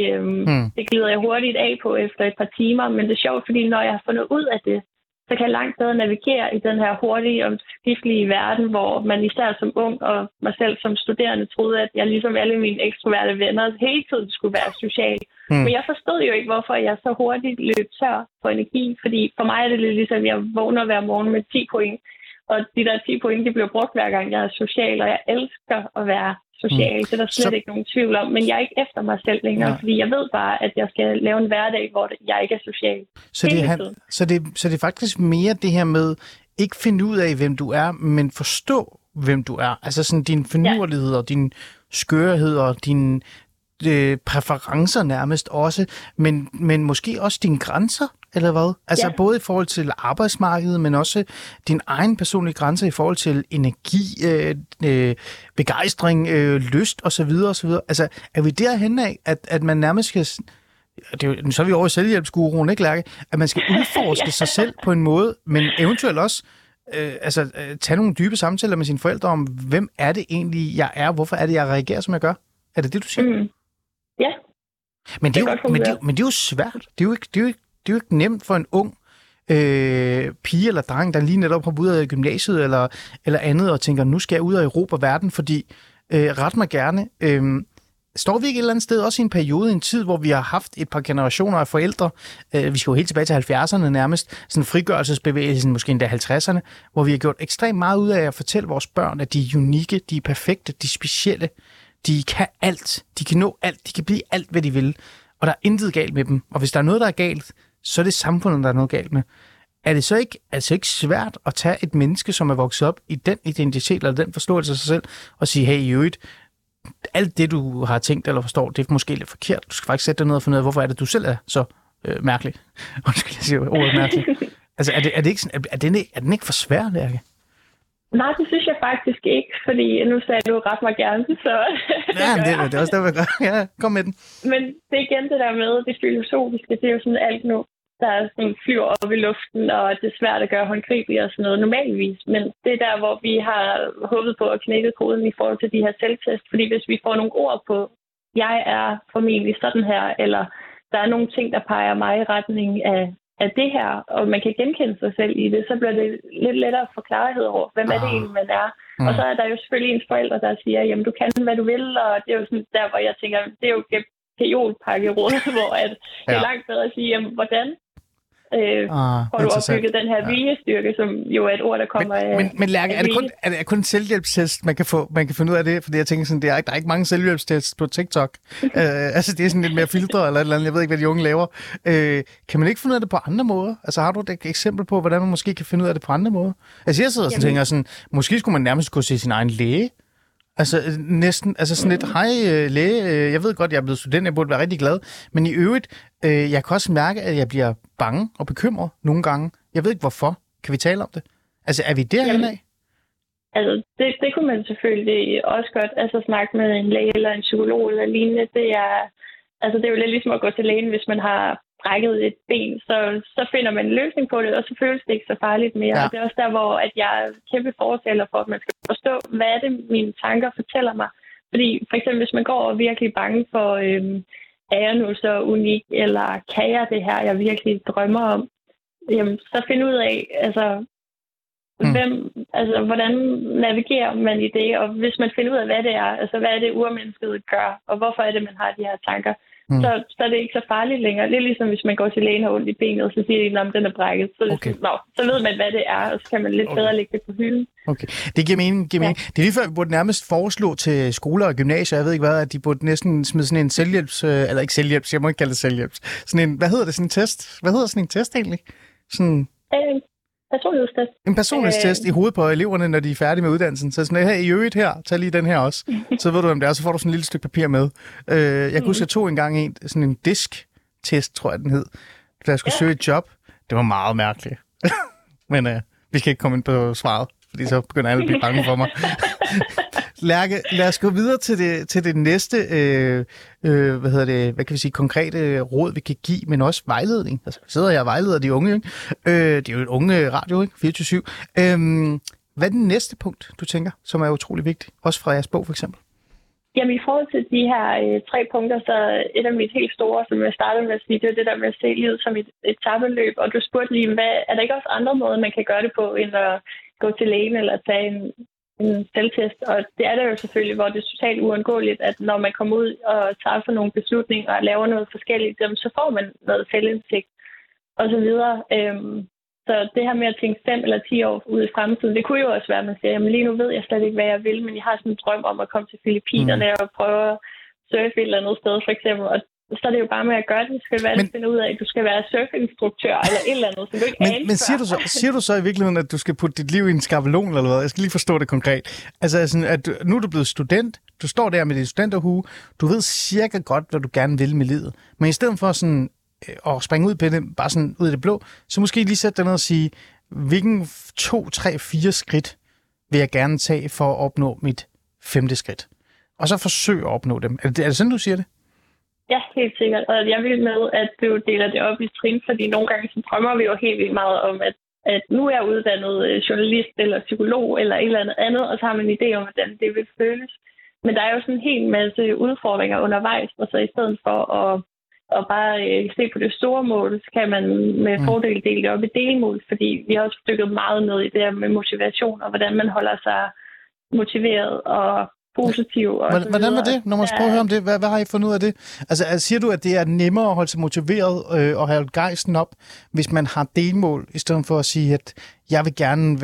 det glider jeg hurtigt af på efter et par timer, men det er sjovt, fordi når jeg har fundet ud af det, så kan jeg langt bedre navigere i den her hurtige og skiftelige verden, hvor man især som ung og mig selv som studerende troede, at jeg ligesom alle mine ekstroverte venner hele tiden skulle være social. Men jeg forstod jo ikke, hvorfor jeg så hurtigt løb tør for energi, fordi for mig er det lidt ligesom, at jeg vågner hver morgen med 10 point, og de der 10 point, de bliver brugt hver gang, jeg er social, og jeg elsker at være social. Det er der slet ikke nogen tvivl om, men jeg er ikke efter mig selv længere, fordi jeg ved bare, at jeg skal lave en hverdag, hvor jeg ikke er social. Så det er faktisk mere det her med, ikke finde ud af, hvem du er, men forstå, hvem du er. Altså sådan din finurlighed og din skørhed og din præferencer nærmest også, men måske også dine grænser, eller hvad? Altså både i forhold til arbejdsmarkedet, men også din egen personlige grænser i forhold til energi, begejstring, lyst osv. osv. Altså er vi derhen af, at man nærmest skal... så er vi over i selvhjælpsguruen, ikke Lærke? At man skal udforske sig selv på en måde, men eventuelt også tage nogle dybe samtaler med sine forældre om, hvem er det egentlig, jeg er? Hvorfor er det, jeg reagerer, som jeg gør? Er det det, du siger? Ja. Men det er jo svært. Det er jo ikke nemt for en ung pige eller dreng, der lige netop har ud af gymnasiet eller andet, og tænker, nu skal jeg ud og erobre verden, fordi ret mig gerne, står vi ikke et eller andet sted, også i en periode, en tid, hvor vi har haft et par generationer af forældre, vi skal jo helt tilbage til 70'erne nærmest, sådan frigørelsesbevægelsen, måske endda 50'erne, hvor vi har gjort ekstremt meget ud af at fortælle vores børn, at de er unikke, de er perfekte, de er specielle, de kan alt, de kan nå alt, de kan blive alt, hvad de vil, og der er intet galt med dem. Og hvis der er noget, der er galt, så er det samfundet, der er noget galt med. Er det så ikke svært at tage et menneske, som er vokset op i den identitet eller den forståelse af sig selv, og sige, hey, i øvrigt, alt det, du har tænkt eller forstår, det er måske lidt forkert. Du skal faktisk sætte dig ned og finde ud af, hvorfor er det, du selv er så mærkelig. Undskyld, jeg siger ordet mærkelig. Altså, er den ikke for svær, Lærke? Nej, det synes jeg faktisk ikke, fordi nu sagde du ret mig gerne, så... Ja, det er også det, jeg gør. Ja, kom med den. Men det er igen det der med, det filosofiske, det er jo sådan alt nu, der er sådan flyver op i luften, og det er svært at gøre håndgribeligt og sådan noget normalvis. Men det er der, hvor vi har håbet på at knække koden i forhold til de her selvtest. Fordi hvis vi får nogle ord på, jeg er formentlig sådan her, eller der er nogle ting, der peger mig i retning af det her, og man kan genkende sig selv i det, så bliver det lidt lettere at få klarhed over, hvem er det egentlig, man er. Og så er der jo selvfølgelig ens forældre, der siger, jamen du kan, hvad du vil, og det er jo sådan der, hvor jeg tænker, det er jo pajolpakkeråd, hvor det er langt bedre at sige, jamen hvordan får du opbygget den her viljestyrke, som jo er et ord, der kommer af... Men Lærke, er det kun en selvhjælpstest, man kan finde ud af det? Fordi jeg tænker sådan, der er ikke mange selvhjælpstests på TikTok. Altså, det er sådan lidt mere filtre eller et eller andet. Jeg ved ikke, hvad de unge laver. Kan man ikke finde ud af det på andre måder? Altså, har du et eksempel på, hvordan man måske kan finde ud af det på andre måder? Altså, jeg sidder og tænker sådan, måske skulle man nærmest gå se sin egen læge. Altså næsten, altså sådan lidt, hej læge, jeg ved godt, jeg er blevet student, jeg burde være rigtig glad, men i øvrigt, jeg kan også mærke, at jeg bliver bange og bekymret nogle gange. Jeg ved ikke hvorfor. Kan vi tale om det? Altså er vi derhen af? Altså det kunne man selvfølgelig også godt snakke med en læge eller en psykolog eller lignende. Det er jo lidt ligesom at gå til lægen, hvis man har brækket et ben, så finder man en løsning på det, og så føles det ikke så farligt mere. Ja. Og det er også der, hvor at jeg er kæmpe fortæller for, at man skal forstå, hvad er det, mine tanker fortæller mig. Fordi for eksempel, hvis man går og er virkelig bange for, er jeg nu så unik, eller kan jeg det her, jeg virkelig drømmer om, jamen, så find ud af, hvordan navigerer man i det, og hvis man finder ud af, hvad det er, altså hvad er det urmennesket gør, og hvorfor er det, man har de her tanker, så er det ikke så farligt længere. Det er ligesom, hvis man går til lægen og har ondt i benet, og så siger de, at den er brækket. Så ved man, hvad det er, og så kan man lidt bedre lægge det på hylden. Okay, det giver mening. Det er lige før, vi burde nærmest foreslå til skoler og gymnasier, jeg ved ikke hvad, at de burde næsten smide sådan en selvhjælps, eller ikke selvhjælps, jeg må ikke kalde det selvhjælps. Sådan en, hvad hedder det, sådan en test? Hvad hedder sådan en test egentlig? Sådan... personlighedstest. En personlighedstest i hovedet på eleverne, når de er færdige med uddannelsen. Så sådan, hey, i øvrigt her, tag lige den her også. Så ved du, hvem det er, så får du sådan et lille stykke papir med. Jeg kunne huske, jeg tog engang sådan en disk-test, tror jeg, den hed. Da jeg skulle søge et job. Det var meget mærkeligt. Men vi skal ikke komme ind på svaret, fordi så begynder alle at blive bange for mig. Lærke, lad os gå videre til det næste, hvad kan vi sige, konkrete råd, vi kan give, men også vejledning. Altså, vi sidder her og vejleder de unge, ikke? Det er jo et unge radio, ikke? 24/7. Hvad er det næste punkt, du tænker, som er utrolig vigtigt? Også fra jeres bog, for eksempel. Jamen, i forhold til de her 3 punkter, så et af mine helt store, som jeg startede med at sige, det er det der med at se livet som et etappeløb. Og du spurgte lige, er der ikke også andre måder, man kan gøre det på, end at gå til lægen eller tage en selvtest? Og det er der jo selvfølgelig, hvor det er totalt uundgåeligt, at når man kommer ud og tager for nogle beslutninger og laver noget forskelligt, så får man noget selvindsigt og så videre. Så det her med at tænke 5 eller 10 år ud i fremtiden, det kunne jo også være, at man siger, jamen lige nu ved jeg slet ikke, hvad jeg vil, men jeg har sådan en drøm om at komme til Filippinerne og prøve at surfe et eller andet sted, for eksempel. Og så er det jo bare med at gøre det. Du skal være at finde ud af, at du skal være surfinstruktør eller et eller andet, som du ikke aner. Men siger du så i virkeligheden, at du skal putte dit liv i en skabelon eller hvad? Jeg skal lige forstå det konkret. Altså, sådan, at nu er du blevet student, du står der med din studenterhue, du ved cirka godt, hvad du gerne vil med livet. Men i stedet for sådan og springe ud på det, bare sådan ud i det blå, så måske lige sætte dig ned og sige, hvilken 2, 3, 4 skridt vil jeg gerne tage for at opnå mit 5. skridt? Og så forsøge at opnå dem. Er det sådan, du siger det? Ja, helt sikkert. Og jeg vil med, at du deler det op i trin, fordi nogle gange så drømmer vi jo helt vildt meget om, at nu er jeg uddannet journalist eller psykolog eller et eller andet, og så har man en idé om, hvordan det vil føles. Men der er jo sådan en hel masse udfordringer undervejs, og så i stedet for at bare se på det store mål, så kan man med fordel dele det op i delmål, fordi vi har også stykket meget ned i det her med motivation, og hvordan man holder sig motiveret, og positiv. Hvordan var det, når man prøver at høre om det? Hvad har I fundet ud af det? Altså, siger du, at det er nemmere at holde sig motiveret og have gejsten op, hvis man har delmål, i stedet for at sige, at jeg vil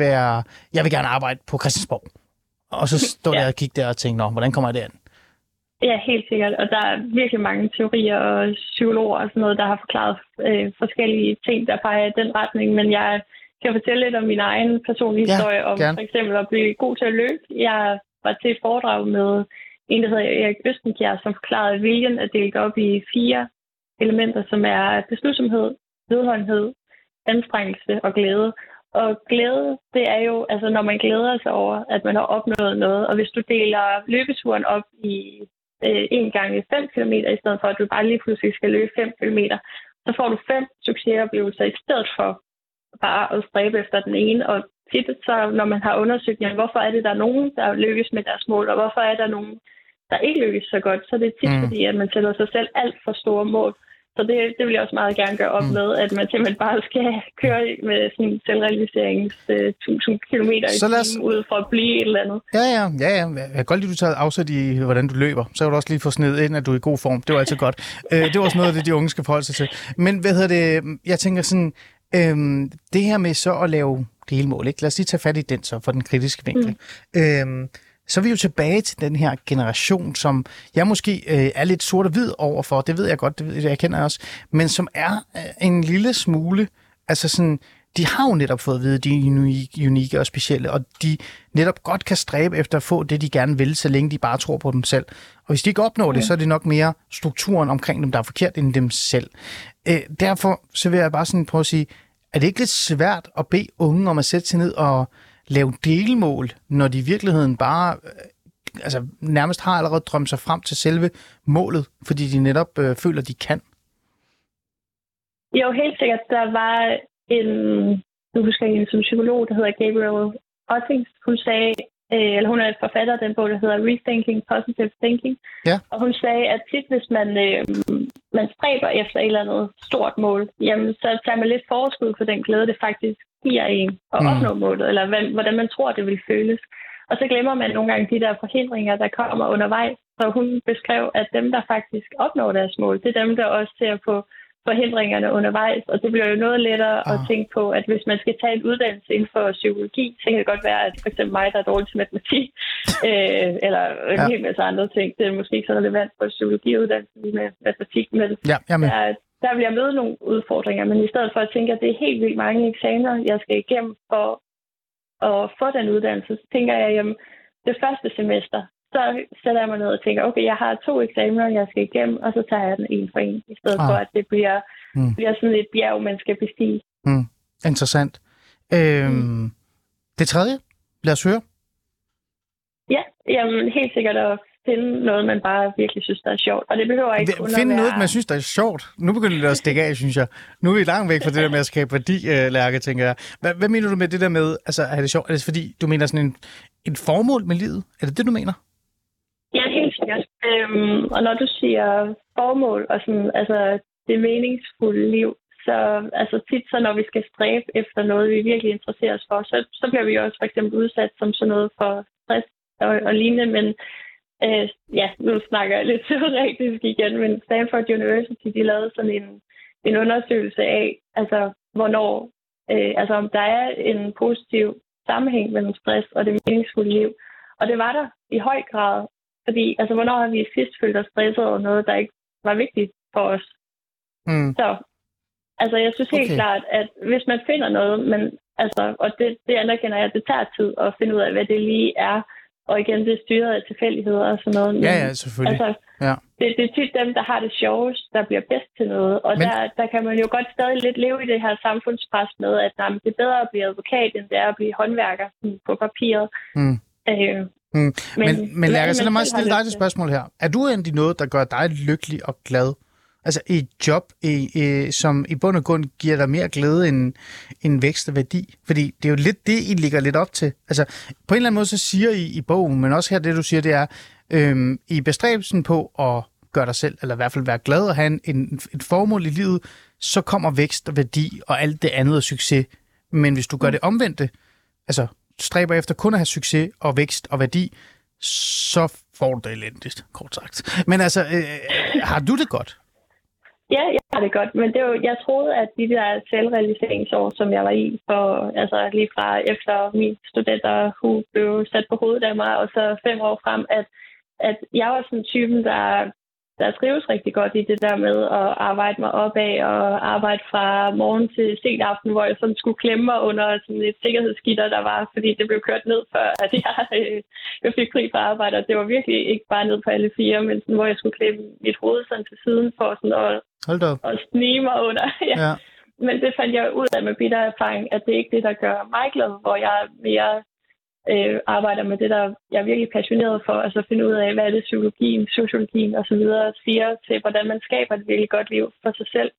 gerne arbejde på Christiansborg? Og så står der og kigge der og tænke, hvordan kommer jeg derind? Ja, helt sikkert. Og der er virkelig mange teorier og psykologer og sådan noget, der har forklaret forskellige ting, der peger i den retning. Men jeg kan fortælle lidt om min egen personlige historie, om for eksempel at blive god til at løbe. Jeg var til et foredrag med en, der hedder Erik Østenkjær, som forklarede, at viljen er delt op i 4 elementer, som er beslutsomhed, vedholdenhed, anstrengelse og glæde. Og glæde, det er jo, altså når man glæder sig over, at man har opnået noget. Og hvis du deler løbeturen op i 1 gange 5 km, i stedet for at du bare lige pludselig skal løbe 5 km, så får du 5 succesoplevelser i stedet for bare at stræbe efter den ene. Og tit så, når man har undersøgt, hvorfor er det, der er nogen, der lykkes med deres mål, og hvorfor er der nogen, der ikke lykkes så godt, så det er tit fordi, at man sætter sig selv alt for store mål. Så det vil jeg også meget gerne gøre op med, at man simpelthen bare skal køre med sådan selvrealiserings 1000 km i timen ud for at blive et eller andet. Ja. Jeg kan godt lide, at du tager afsæt i, hvordan du løber. Så kan du også lige få snedet ind, at du er i god form. Det var altid godt. Det var også noget af det, de unge skal forholde sig til. Men jeg tænker sådan, det her med så at lave delmål, ikke? Lad os lige tage fat i den så, for den kritiske vinkel. Så er vi jo tilbage til den her generation, som jeg måske er lidt sort og hvid overfor, det ved jeg godt, jeg kender også, men som er en lille smule, altså sådan, de har jo netop fået at vide, de er unikke og specielle, og de netop godt kan stræbe efter at få det, de gerne vil, så længe de bare tror på dem selv. Og hvis de ikke opnår det, så er det nok mere strukturen omkring dem, der er forkert, end dem selv. Derfor så vil jeg bare sådan prøve at sige, er det ikke lidt svært at bede unge om at sætte sig ned og lave delmål, når de i virkeligheden bare nærmest har allerede drømt sig frem til selve målet, fordi de netop føler, de kan? Jo, helt sikkert. Der var nu husker jeg som psykolog, der hedder Gabriel Ottings. Hun sagde, hun er forfatter af den bog, der hedder Rethinking Positive Thinking. Ja. Og hun sagde, at tit, hvis man stræber efter et eller andet stort mål, jamen, så tager man lidt forskud for den glæde, det faktisk giver en at opnå målet, eller hvordan man tror, det vil føles. Og så glemmer man nogle gange de der forhindringer, der kommer undervejs. Så hun beskrev, at dem, der faktisk opnår deres mål, det er dem, der også ser på forhindringerne undervejs. Og det bliver jo noget lettere at tænke på, at hvis man skal tage en uddannelse inden for psykologi, så kan det godt være, at for eksempel mig, der er dårlig til matematik, eller en hel masse andre ting, det er måske ikke så relevant for psykologiuddannelse med matematik, men der vil jeg møde nogle udfordringer, men i stedet for at tænke, at det er helt vildt mange eksamener, jeg skal igennem for at få den uddannelse, så tænker jeg, jamen, det første semester, så sætter jeg mig ned og tænker, okay, jeg har 2 eksamener, jeg skal igennem, og så tager jeg den en for en, i stedet for, at det bliver sådan et bjerg, man skal bestige. Interessant. Det tredje, lad os høre. Ja, jamen, helt sikkert at finde noget, man bare virkelig synes, der er sjovt. Og det behøver ikke kun at være... Finde noget, man synes, der er sjovt? Nu begynder det at stikke af, synes jeg. Nu er vi langt væk fra det der med at skabe værdi, Lærke, tænker jeg. Hvad mener du med det der med, altså, er det sjovt? Er det fordi, du mener sådan en formål med livet? Er det det, du mener? Ja, helt sikkert. Og når du siger formål og sådan, altså det meningsfulde liv, så altså tit så, når vi skal stræbe efter noget, vi virkelig interesserer os for, så bliver vi også for eksempel udsat som sådan noget for stress og lignende, men nu snakker jeg lidt teoretisk igen, men Stanford University, de lavede sådan en undersøgelse af, altså hvornår, om der er en positiv sammenhæng mellem stress og det meningsfulde liv. Og det var der i høj grad, fordi altså hvornår har vi sidst følt os stresset over noget, der ikke var vigtigt for os. Så altså jeg synes helt klart, at hvis man finder noget, men altså, og det anerkender jeg, at det tager tid at finde ud af, hvad det lige er. Og igen, det er styret af tilfældigheder og sådan noget. Men, ja, selvfølgelig. Altså, det er tit dem, der har det sjovest, der bliver bedst til noget. Og der kan man jo godt stadig lidt leve i det her samfundspres med, at det er bedre at blive advokat, end det er at blive håndværker på papiret. Men Lærke, så lad mig stille dig et spørgsmål her. Er du egentlig noget, der gør dig lykkelig og glad? Altså et job, som i bund og grund giver dig mere glæde end vækst og værdi? Fordi det er jo lidt det, I ligger lidt op til. Altså på en eller anden måde, så siger I bogen, men også her det, du siger, det er, i bestræbelsen på at gøre dig selv, eller i hvert fald være glad og have et formål i livet, så kommer vækst og værdi og alt det andet af succes. Men hvis du gør det omvendte, altså stræber efter kun at have succes og vækst og værdi, så får du det elendigt, kort sagt. Men altså, har du det godt? Ja, jeg har det godt, men det er jo, jeg troede, at de der selvrealiseringsår, som jeg var i, for, altså lige fra efter min studenterhue blev sat på hovedet af mig, og så 5 år frem, at jeg var sådan en typen, der trives rigtig godt i det der med at arbejde mig opad og arbejde fra morgen til sent aften, hvor jeg sådan skulle klemme mig under sådan et sikkerhedsgitter, der var, fordi det blev kørt ned, før at jeg fik fri fra arbejde, og det var virkelig ikke bare ned på alle 4, men sådan, hvor jeg skulle klemme mit hoved sådan til siden for sådan at snige mig under. Ja. Men det fandt jeg ud af med bitter erfaring, at det er ikke det, der gør mig glad, hvor jeg mere arbejder med det, der jeg er virkelig passioneret for, altså finde ud af, hvad er det psykologien, sociologien og så videre siger til, hvordan man skaber et virkelig godt liv for sig selv.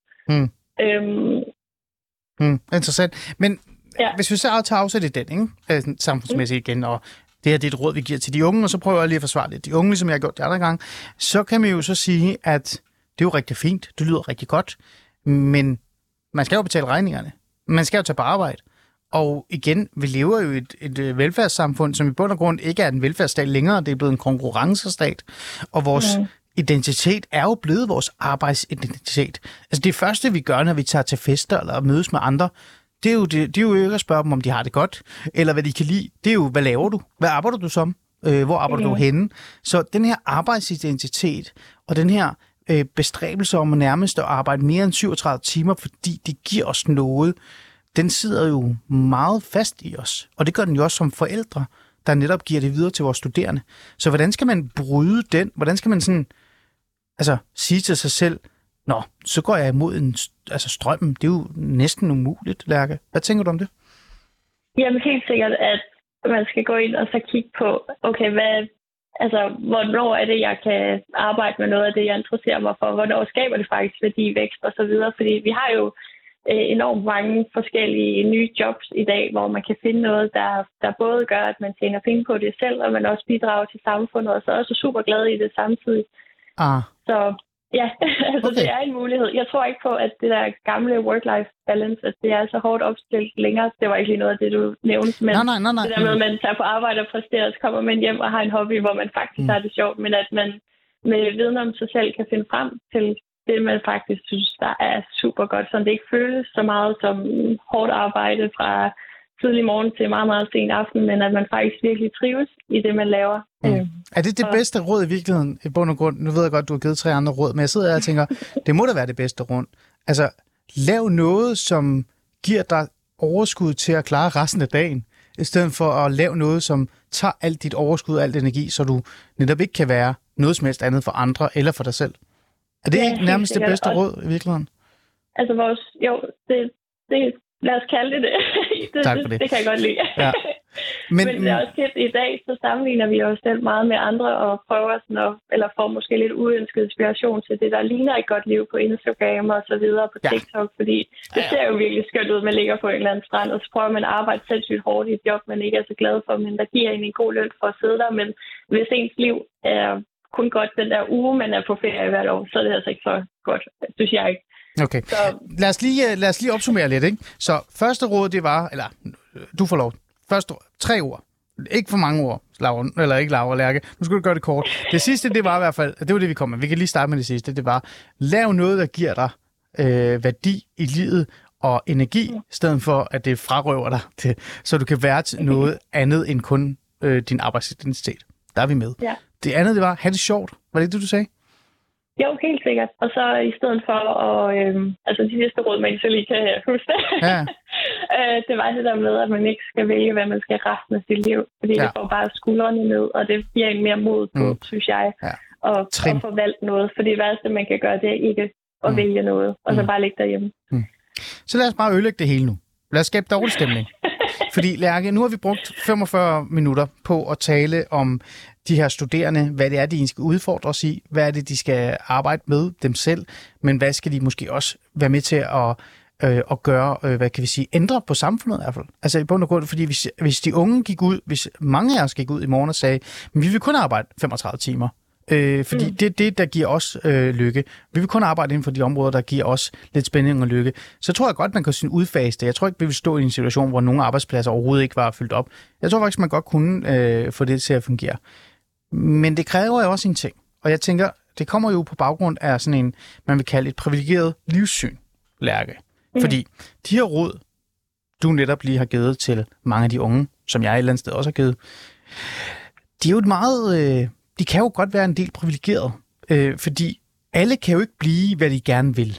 Interessant. Men hvis vi så tager afsæt i den, ikke? Samfundsmæssigt igen, og det her det er et råd, vi giver til de unge, og så prøver jeg lige at forsvare det. De unge, ligesom jeg har gjort de andre gange, så kan man jo så sige, at det er jo rigtig fint, det lyder rigtig godt, men man skal jo betale regningerne. Man skal jo tage på arbejde. Og igen, vi lever jo i et velfærdssamfund, som i bund og grund ikke er en velfærdsstat længere, det er blevet en konkurrencestat, og vores identitet er jo blevet vores arbejdsidentitet. Altså det første, vi gør, når vi tager til fester eller mødes med andre, det er jo ikke at spørge dem, om de har det godt, eller hvad de kan lide. Det er jo, hvad laver du? Hvad arbejder du som? Hvor arbejder du henne? Så den her arbejdsidentitet, og den her bestræbelse om at nærmest at arbejde mere end 37 timer, fordi det giver os noget, den sidder jo meget fast i os. Og det gør den jo også som forældre, der netop giver det videre til vores studerende. Så hvordan skal man bryde den? Hvordan skal man sådan, sige til sig selv, så går jeg imod strømmen. Det er jo næsten umuligt, Lærke. Hvad tænker du om det? Jamen helt sikkert, at man skal gå ind og så kigge på, okay, hvornår er det, jeg kan arbejde med noget af det, jeg interesserer mig for? Hvornår skaber det faktisk værdi, vækst og så videre? Fordi vi har jo enormt mange forskellige nye jobs i dag, hvor man kan finde noget, der både gør, at man tjener penge på det selv, og man også bidrager til samfundet, og så er også super glad i det samtidig. Så ja, okay. Det er en mulighed. Jeg tror ikke på, at det der gamle work-life balance, at det er så hårdt opstillet længere. Det var ikke lige noget af det, du nævnte, men nej. Det der med, at man tager på arbejde og præsterer, så kommer man hjem og har en hobby, hvor man faktisk har det sjovt, men at man med viden om sig selv kan finde frem til det, man faktisk synes, der er super godt, så det ikke føles så meget som hårdt arbejde fra tidlig morgen til meget, meget sen aften, men at man faktisk virkelig trives i det, man laver. Er det bedste råd i virkeligheden, i bund og grund? Nu ved jeg godt, du har givet 3 andre råd, men jeg sidder her og tænker, det må da være det bedste råd. Altså, lav noget, som giver dig overskud til at klare resten af dagen, i stedet for at lave noget, som tager alt dit overskud og alt energi, så du netop ikke kan være noget som helst andet for andre eller for dig selv. Er det ikke nærmest det bedste råd i virkeligheden? Altså det lad os kalde det. Tak for det. Det kan jeg godt lide. Ja. Men det er også tit, i dag, så sammenligner vi os selv meget med andre og prøver sådan eller får måske lidt uønsket inspiration til det, der ligner et godt liv på Instagram og så videre på TikTok, fordi det ser jo virkelig skønt ud, man ligger på en eller anden strand, og så prøver man at arbejde sindssygt hårdt i et job, man ikke er så glad for, men der giver en god løn for at sidde der, men hvis ens liv er kun godt den der uge, man er på ferie hvert år, så er det altså ikke så godt, synes jeg ikke. Okay, lad os lige opsummere lidt, ikke? Så første råd, det var, eller du får lov, første 3 ord. Ikke for mange ord, Laura Lærke. Nu skal du gøre det kort. Det sidste, det var i hvert fald, det var det, vi kom med. Vi kan lige starte med det sidste. Det var, lav noget, der giver dig værdi i livet og energi, i stedet for, at det frarøver dig, så du kan være til noget andet end kun din arbejdsidentitet. Der er vi med. Ja. Det andet, det var, have det sjovt. Var det det, du sagde? Jo, helt sikkert. Og så i stedet for at, de sidste råd, man så lige kan huske det, det var det der med, at man ikke skal vælge, hvad man skal resten af sit liv. Fordi det får bare skuldrene ned, og det giver en mere mod på, synes jeg, at forvalte noget. For det værste, man kan gøre, det er ikke at vælge noget, og så bare ligge derhjemme. Så lad os bare ødelægge det hele nu. Lad os skabe dårlig stemning. Fordi, Lærke, nu har vi brugt 45 minutter på at tale om de her studerende, hvad det er, de skal udfordres i, hvad er det, de skal arbejde med dem selv, men hvad skal de måske også være med til at gøre, hvad kan vi sige, ændre på samfundet i hvert fald. Altså i bund og grund, fordi hvis de unge gik ud, hvis mange af os gik ud i morgen og sagde, men vi vil kun arbejde 35 timer, fordi det er det, der giver os lykke. Vi vil kun arbejde inden for de områder, der giver os lidt spænding og lykke. Så tror jeg godt, man kan sådan udfase det. Jeg tror ikke, vi vil stå i en situation, hvor nogle arbejdspladser overhovedet ikke var fyldt op. Jeg tror faktisk, man godt kunne få det til at fungere. Men det kræver jo også en ting. Og jeg tænker, det kommer jo på baggrund af sådan en, man vil kalde et privilegeret livssyn, Lærke. Fordi de her råd, du netop lige har givet til mange af de unge, som jeg et eller andet sted også har givet, de er jo et meget, de kan jo godt være en del privilegeret, fordi alle kan jo ikke blive, hvad de gerne vil.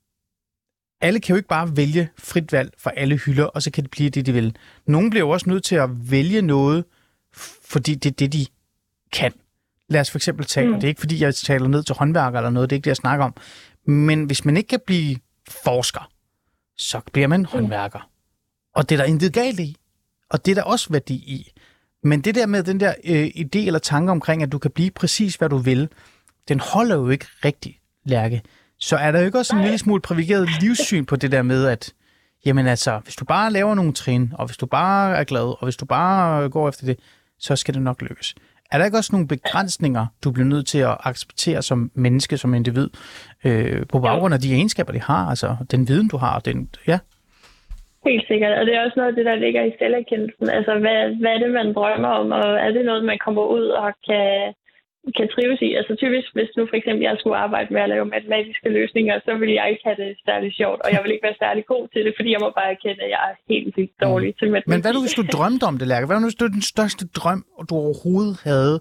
Alle kan jo ikke bare vælge frit valg fra alle hylder, og så kan det blive det, de vil. Nogle bliver jo også nødt til at vælge noget, fordi det er det, de kan. Lad os for eksempel tage, det er ikke fordi, jeg taler ned til håndværker eller noget, det er ikke det, jeg snakker om. Men hvis man ikke kan blive forsker, så bliver man håndværker. Og det er der intet galt i. Og det er der også værdi i. Men det der med den der idé eller tanke omkring, at du kan blive præcis, hvad du vil, den holder jo ikke rigtig, Lærke. Så er der jo ikke også en lille smule privilegeret livssyn på det der med, at jamen altså, hvis du bare laver nogle trin, og hvis du bare er glad, og hvis du bare går efter det, så skal det nok lykkes. Er der ikke også nogle begrænsninger, du bliver nødt til at acceptere som menneske, som individ, på baggrund af de egenskaber, de har, altså den viden, du har, ja? Helt sikkert, og det er også noget af det, der ligger i selverkendelsen. Altså, hvad er det, man drømmer om, og er det noget, man kommer ud og kan trives i? Altså typisk, hvis nu for eksempel jeg skulle arbejde med at lave matematiske løsninger, så ville jeg ikke have det særlig sjovt, og jeg vil ikke være særlig god til det, fordi jeg må bare erkende, at jeg er helt vildt dårlig til matematik. Men hvad nu, hvis du drømte om det, Lærke? Hvad nu, hvis det var den største drøm, du overhovedet havde?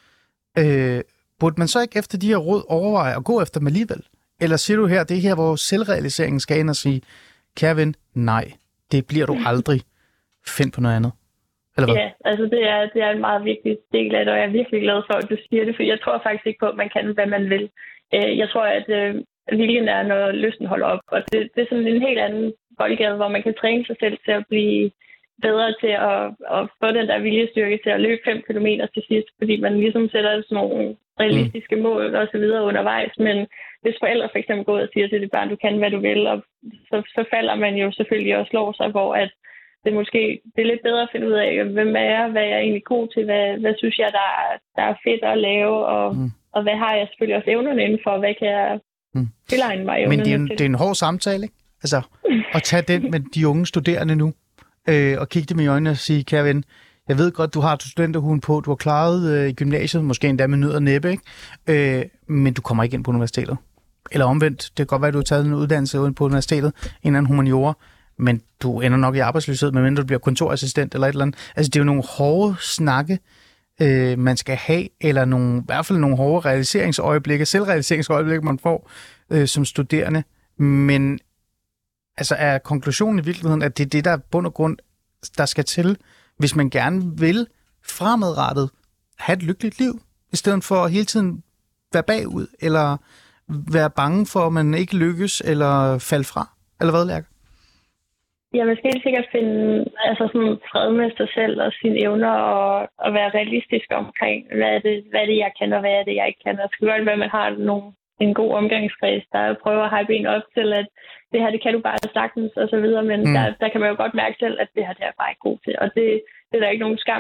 Burde man så ikke efter de her råd overveje at gå efter dem alligevel? Eller siger du her, det er her, hvor selvrealiseringen skal ind og sige, kære ven, nej, det bliver du aldrig. Find på noget andet. Eller hvad? Ja, altså det er en meget vigtig del af det, og jeg er virkelig glad for, at du siger det, for jeg tror faktisk ikke på, at man kan, hvad man vil. Jeg tror, at viljen er, når lysten holder op, og det er sådan en helt anden boldgade, hvor man kan træne sig selv til at blive bedre til at få den der viljestyrke til at løbe 5 kilometer til sidst, fordi man ligesom sætter sådan nogle realistiske mål og så videre undervejs, men hvis forældre for eksempel går ud og siger til dit barn, du kan, hvad du vil, og så falder man jo selvfølgelig og slår sig, hvor at det er lidt bedre at finde ud af, hvem er jeg, hvad er jeg egentlig god til, hvad synes jeg, der er fedt at lave, og hvad har jeg selvfølgelig også evnerne inden for, hvad kan jeg tilegne mig evnerne til. Men det er en hård samtale, ikke? Altså, at tage den med de unge studerende nu, og kigge dem i øjnene og sige, kære ven, jeg ved godt, du har studenterhuen på, du har klaret i gymnasiet, måske endda med nød og næppe, ikke? Men du kommer ikke ind på universitetet. Eller omvendt, det kan godt være, at du har taget en uddannelse uden på universitetet, en eller anden humaniora, men du ender nok i arbejdsløshed, medmindre du bliver kontorassistent eller et eller andet. Altså, det er jo nogle hårde snakke, man skal have, eller i hvert fald nogle hårde selvrealiseringsøjeblikke, man får som studerende. Men altså, er konklusionen i virkeligheden, at det er det, der er bund og grund, der skal til, hvis man gerne vil fremadrettet have et lykkeligt liv, i stedet for hele tiden være bagud, eller være bange for, at man ikke lykkes, eller falde fra? Eller hvad, Lærke? Ja, man skal helt sikkert finde sådan fred med sig selv og sine evner og være realistisk omkring, hvad er det, jeg kan, og hvad er det, jeg ikke kan. Og det skal godt være, at man har en god omgangskreds, der prøver at hype en op til, at det her, det kan du bare sagtens, og så videre, men der kan man jo godt mærke selv, at det her, det er jeg bare ikke god til. Og det er der ikke nogen skam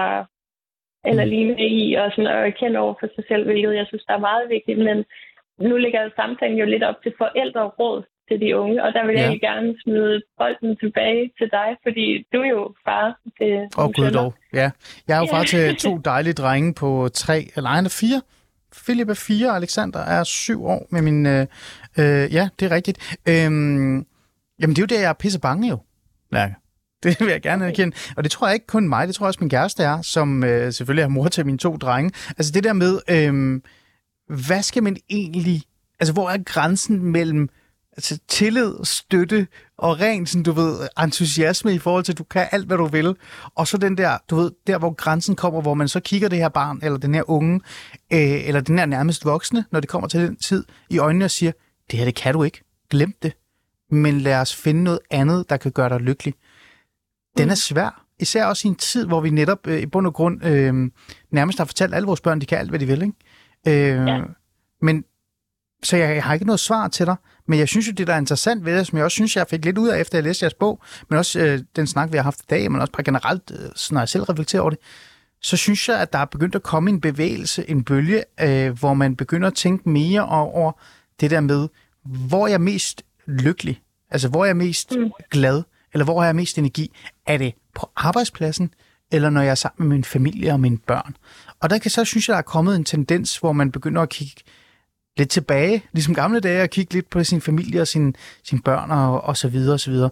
eller lignende i, og sådan at erkende over for sig selv, hvilket jeg synes, der er meget vigtigt, men nu ligger samtalen jo lidt op til forældreråd til de unge, og der vil jeg egentlig gerne smide bolden tilbage til dig, fordi du er jo far til Gud dog, ja. Jeg er jo far til 2 dejlige drenge på 3, eller han er 4. Philip er 4, og Alexander er 7 år med min... ja, det er rigtigt. Jamen, det er jo det, jeg er pisse bange jo, Lærke. Det vil jeg gerne erkende. Og det tror jeg ikke kun mig, det tror jeg også min kæreste er, som selvfølgelig er mor til mine 2 drenge. Altså det der med, hvad skal man egentlig... Altså, hvor er grænsen mellem tillid, støtte og ren, sådan, du ved, entusiasme i forhold til, at du kan alt, hvad du vil. Og så den der, du ved, der hvor grænsen kommer, hvor man så kigger det her barn, eller den her unge, eller den her nærmest voksne, når det kommer til den tid, i øjnene og siger, det her, det kan du ikke. Glem det. Men lad os finde noget andet, der kan gøre dig lykkelig. Den er svær. Især også i en tid, hvor vi netop i bund og grund nærmest har fortalt alle vores børn, de kan alt, hvad de vil, ikke? Men så jeg har ikke noget svar til dig, men jeg synes jo, det der er interessant ved det, som jeg også synes, jeg fik lidt ud af, efter jeg læste jeres bog, men også den snak, vi har haft i dag, men også bare generelt, når jeg selv reflekterer over det, så synes jeg, at der er begyndt at komme en bevægelse, en bølge, hvor man begynder at tænke mere over det der med, hvor jeg er mest lykkelig, altså hvor jeg er mest glad, eller hvor har jeg mest energi? Er det på arbejdspladsen, eller når jeg er sammen med min familie og mine børn. Og der synes jeg, der er kommet en tendens, hvor man begynder at kigge lidt tilbage, ligesom gamle dage, og kigge lidt på sin familie og sine børn og så videre og så videre.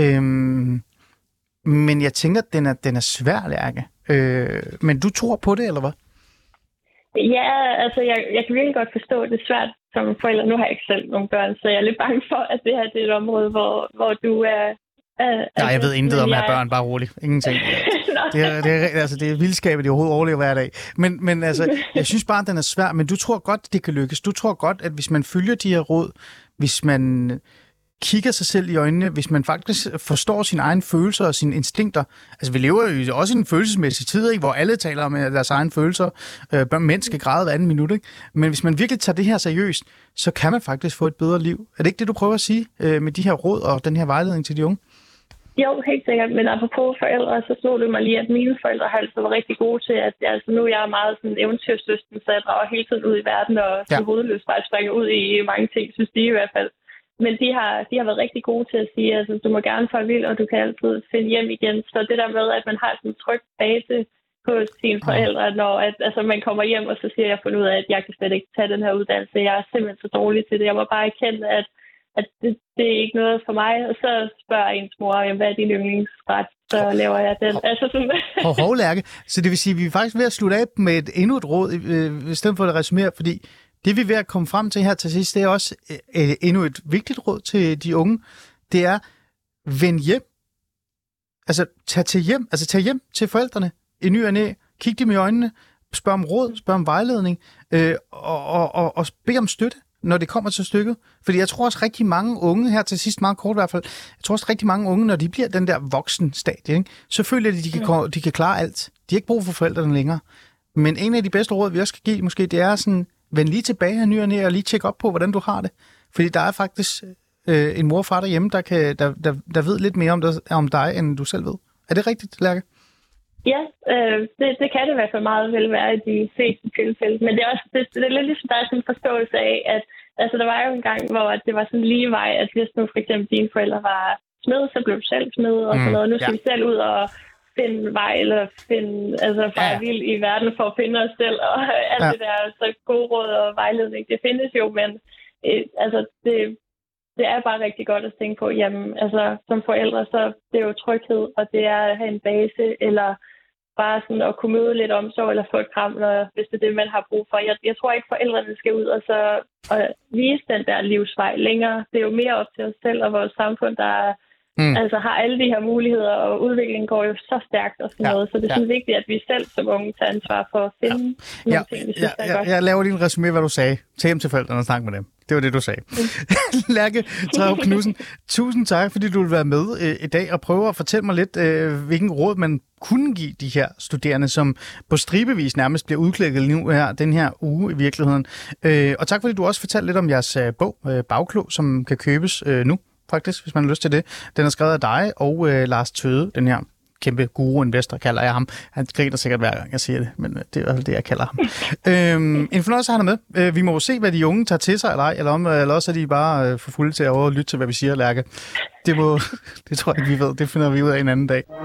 Men jeg tænker, at den er svær, Lærke. Men du tror på det, eller hvad? Ja, altså jeg kan virkelig godt forstå, at det er svært som forælder. Nu har jeg ikke selv nogle børn, så jeg er lidt bange for, at det her det er et område, hvor du er... Nej, jeg ved intet om at have børn, bare roligt. Ingenting. Det er vildskab, at de overhovedet overlever hver dag. Men altså, jeg synes bare, at den er svær, men du tror godt, det kan lykkes. Du tror godt, at hvis man følger de her råd, hvis man kigger sig selv i øjnene, hvis man faktisk forstår sine egne følelser og sine instinkter. Altså, vi lever jo også i en følelsesmæssig tid, ikke? Hvor alle taler om deres egne følelser. Mænd skal græde hver anden minut, ikke? Men hvis man virkelig tager det her seriøst, så kan man faktisk få et bedre liv. Er det ikke det, du prøver at sige med de her råd og den her vejledning til de unge? Jo, helt sikkert. Men apropos forældre, så slog det mig lige, at mine forældre har altid været rigtig gode til, at altså, nu er jeg meget sådan eventyrslysten, så jeg drager hele tiden ud i verden og så hovedløst bare springer ud i mange ting, synes de i hvert fald. Men de har været rigtig gode til at sige, altså du må gerne fare vild, og du kan altid finde hjem igen. Så det der med, at man har sådan en tryg base på sine forældre, når man kommer hjem, og så siger jeg fundet ud af, at jeg kan slet ikke tage den her uddannelse. Jeg er simpelthen så dårlig til det. Jeg må bare erkende, at det er ikke noget for mig. Og så spørger ens mor, hvad er din yndlingsret? Så laver jeg den. Altså sådan... Lærke. Så det vil sige, at vi er faktisk ved at slutte af med endnu et råd, i stedet for at resumere, fordi det vi er ved at komme frem til her til sidst, det er også endnu et vigtigt råd til de unge. Det er, vend hjem. Altså, tag hjem til forældrene i ny og næ. Kig dem i øjnene. Spørg om råd, spørg om vejledning, og bed om støtte, når det kommer til stykket. Fordi jeg tror også rigtig mange unge, her til sidst meget kort i hvert fald, jeg tror også rigtig mange unge, når de bliver den der voksen stadie, ikke, så føler de kan klare alt. De har ikke brug for forældrene længere. Men en af de bedste råd, vi også skal give, måske, det er sådan, vend lige tilbage her ny og næ, og lige tjek op på, hvordan du har det. Fordi der er faktisk en mor og far derhjemme, der ved lidt mere om dig, end du selv ved. Er det rigtigt, Lærke? Ja, det kan det i hvert fald meget vel være i de fleste tilfælde. Men det er også det er lidt ligesom, der er sådan en forståelse af, at altså, der var jo en gang, hvor det var sådan lige vej, at hvis nu for eksempel dine forældre var smed, så blev du selv smed og sådan noget. Nu skal vi selv ud og finde vej, eller fare vild i verden for at finde os selv, og alt det der, så gode råd og vejledning, det findes jo, men det er bare rigtig godt at tænke på, jamen, altså, som forældre, så det er jo tryghed, og det er at have en base, eller bare sådan at kunne møde lidt omsorg, eller få et kram, hvis det er det, man har brug for. Jeg tror ikke, forældrene skal ud og vise den der livsvej længere. Det er jo mere op til os selv og vores samfund, der altså har alle de her muligheder, og udviklingen går jo så stærkt og sådan noget, så det er sådan vigtigt, at vi selv som unge tager ansvar for at finde nogle ting, vi synes, der er godt. Jeg laver lige en resumé, hvad du sagde. Tag hjem til forældrene og snak med dem. Det var det, du sagde. Lærke Trarup Knudsen, tusind tak, fordi du vil være med i dag og prøve at fortælle mig lidt, hvilken råd man kunne give de her studerende, som på stribevis nærmest bliver udklækket nu her, den her uge i virkeligheden. Og tak, fordi du også fortalte lidt om jeres bog, Bagklog, som kan købes nu, faktisk, hvis man har lyst til det. Den er skrevet af dig og Lars Tøde, den her kæmpe guru-investor, kalder jeg ham. Han griner sikkert hver gang, jeg siger det, men det er i hvert fald det, jeg kalder ham. En fornøjelse at have dig med. Vi må jo se, hvad de unge tager til sig, eller også er de bare for fulde til at lytte til, hvad vi siger, Lærke. Det tror jeg ikke, vi ved. Det finder vi ud af en anden dag.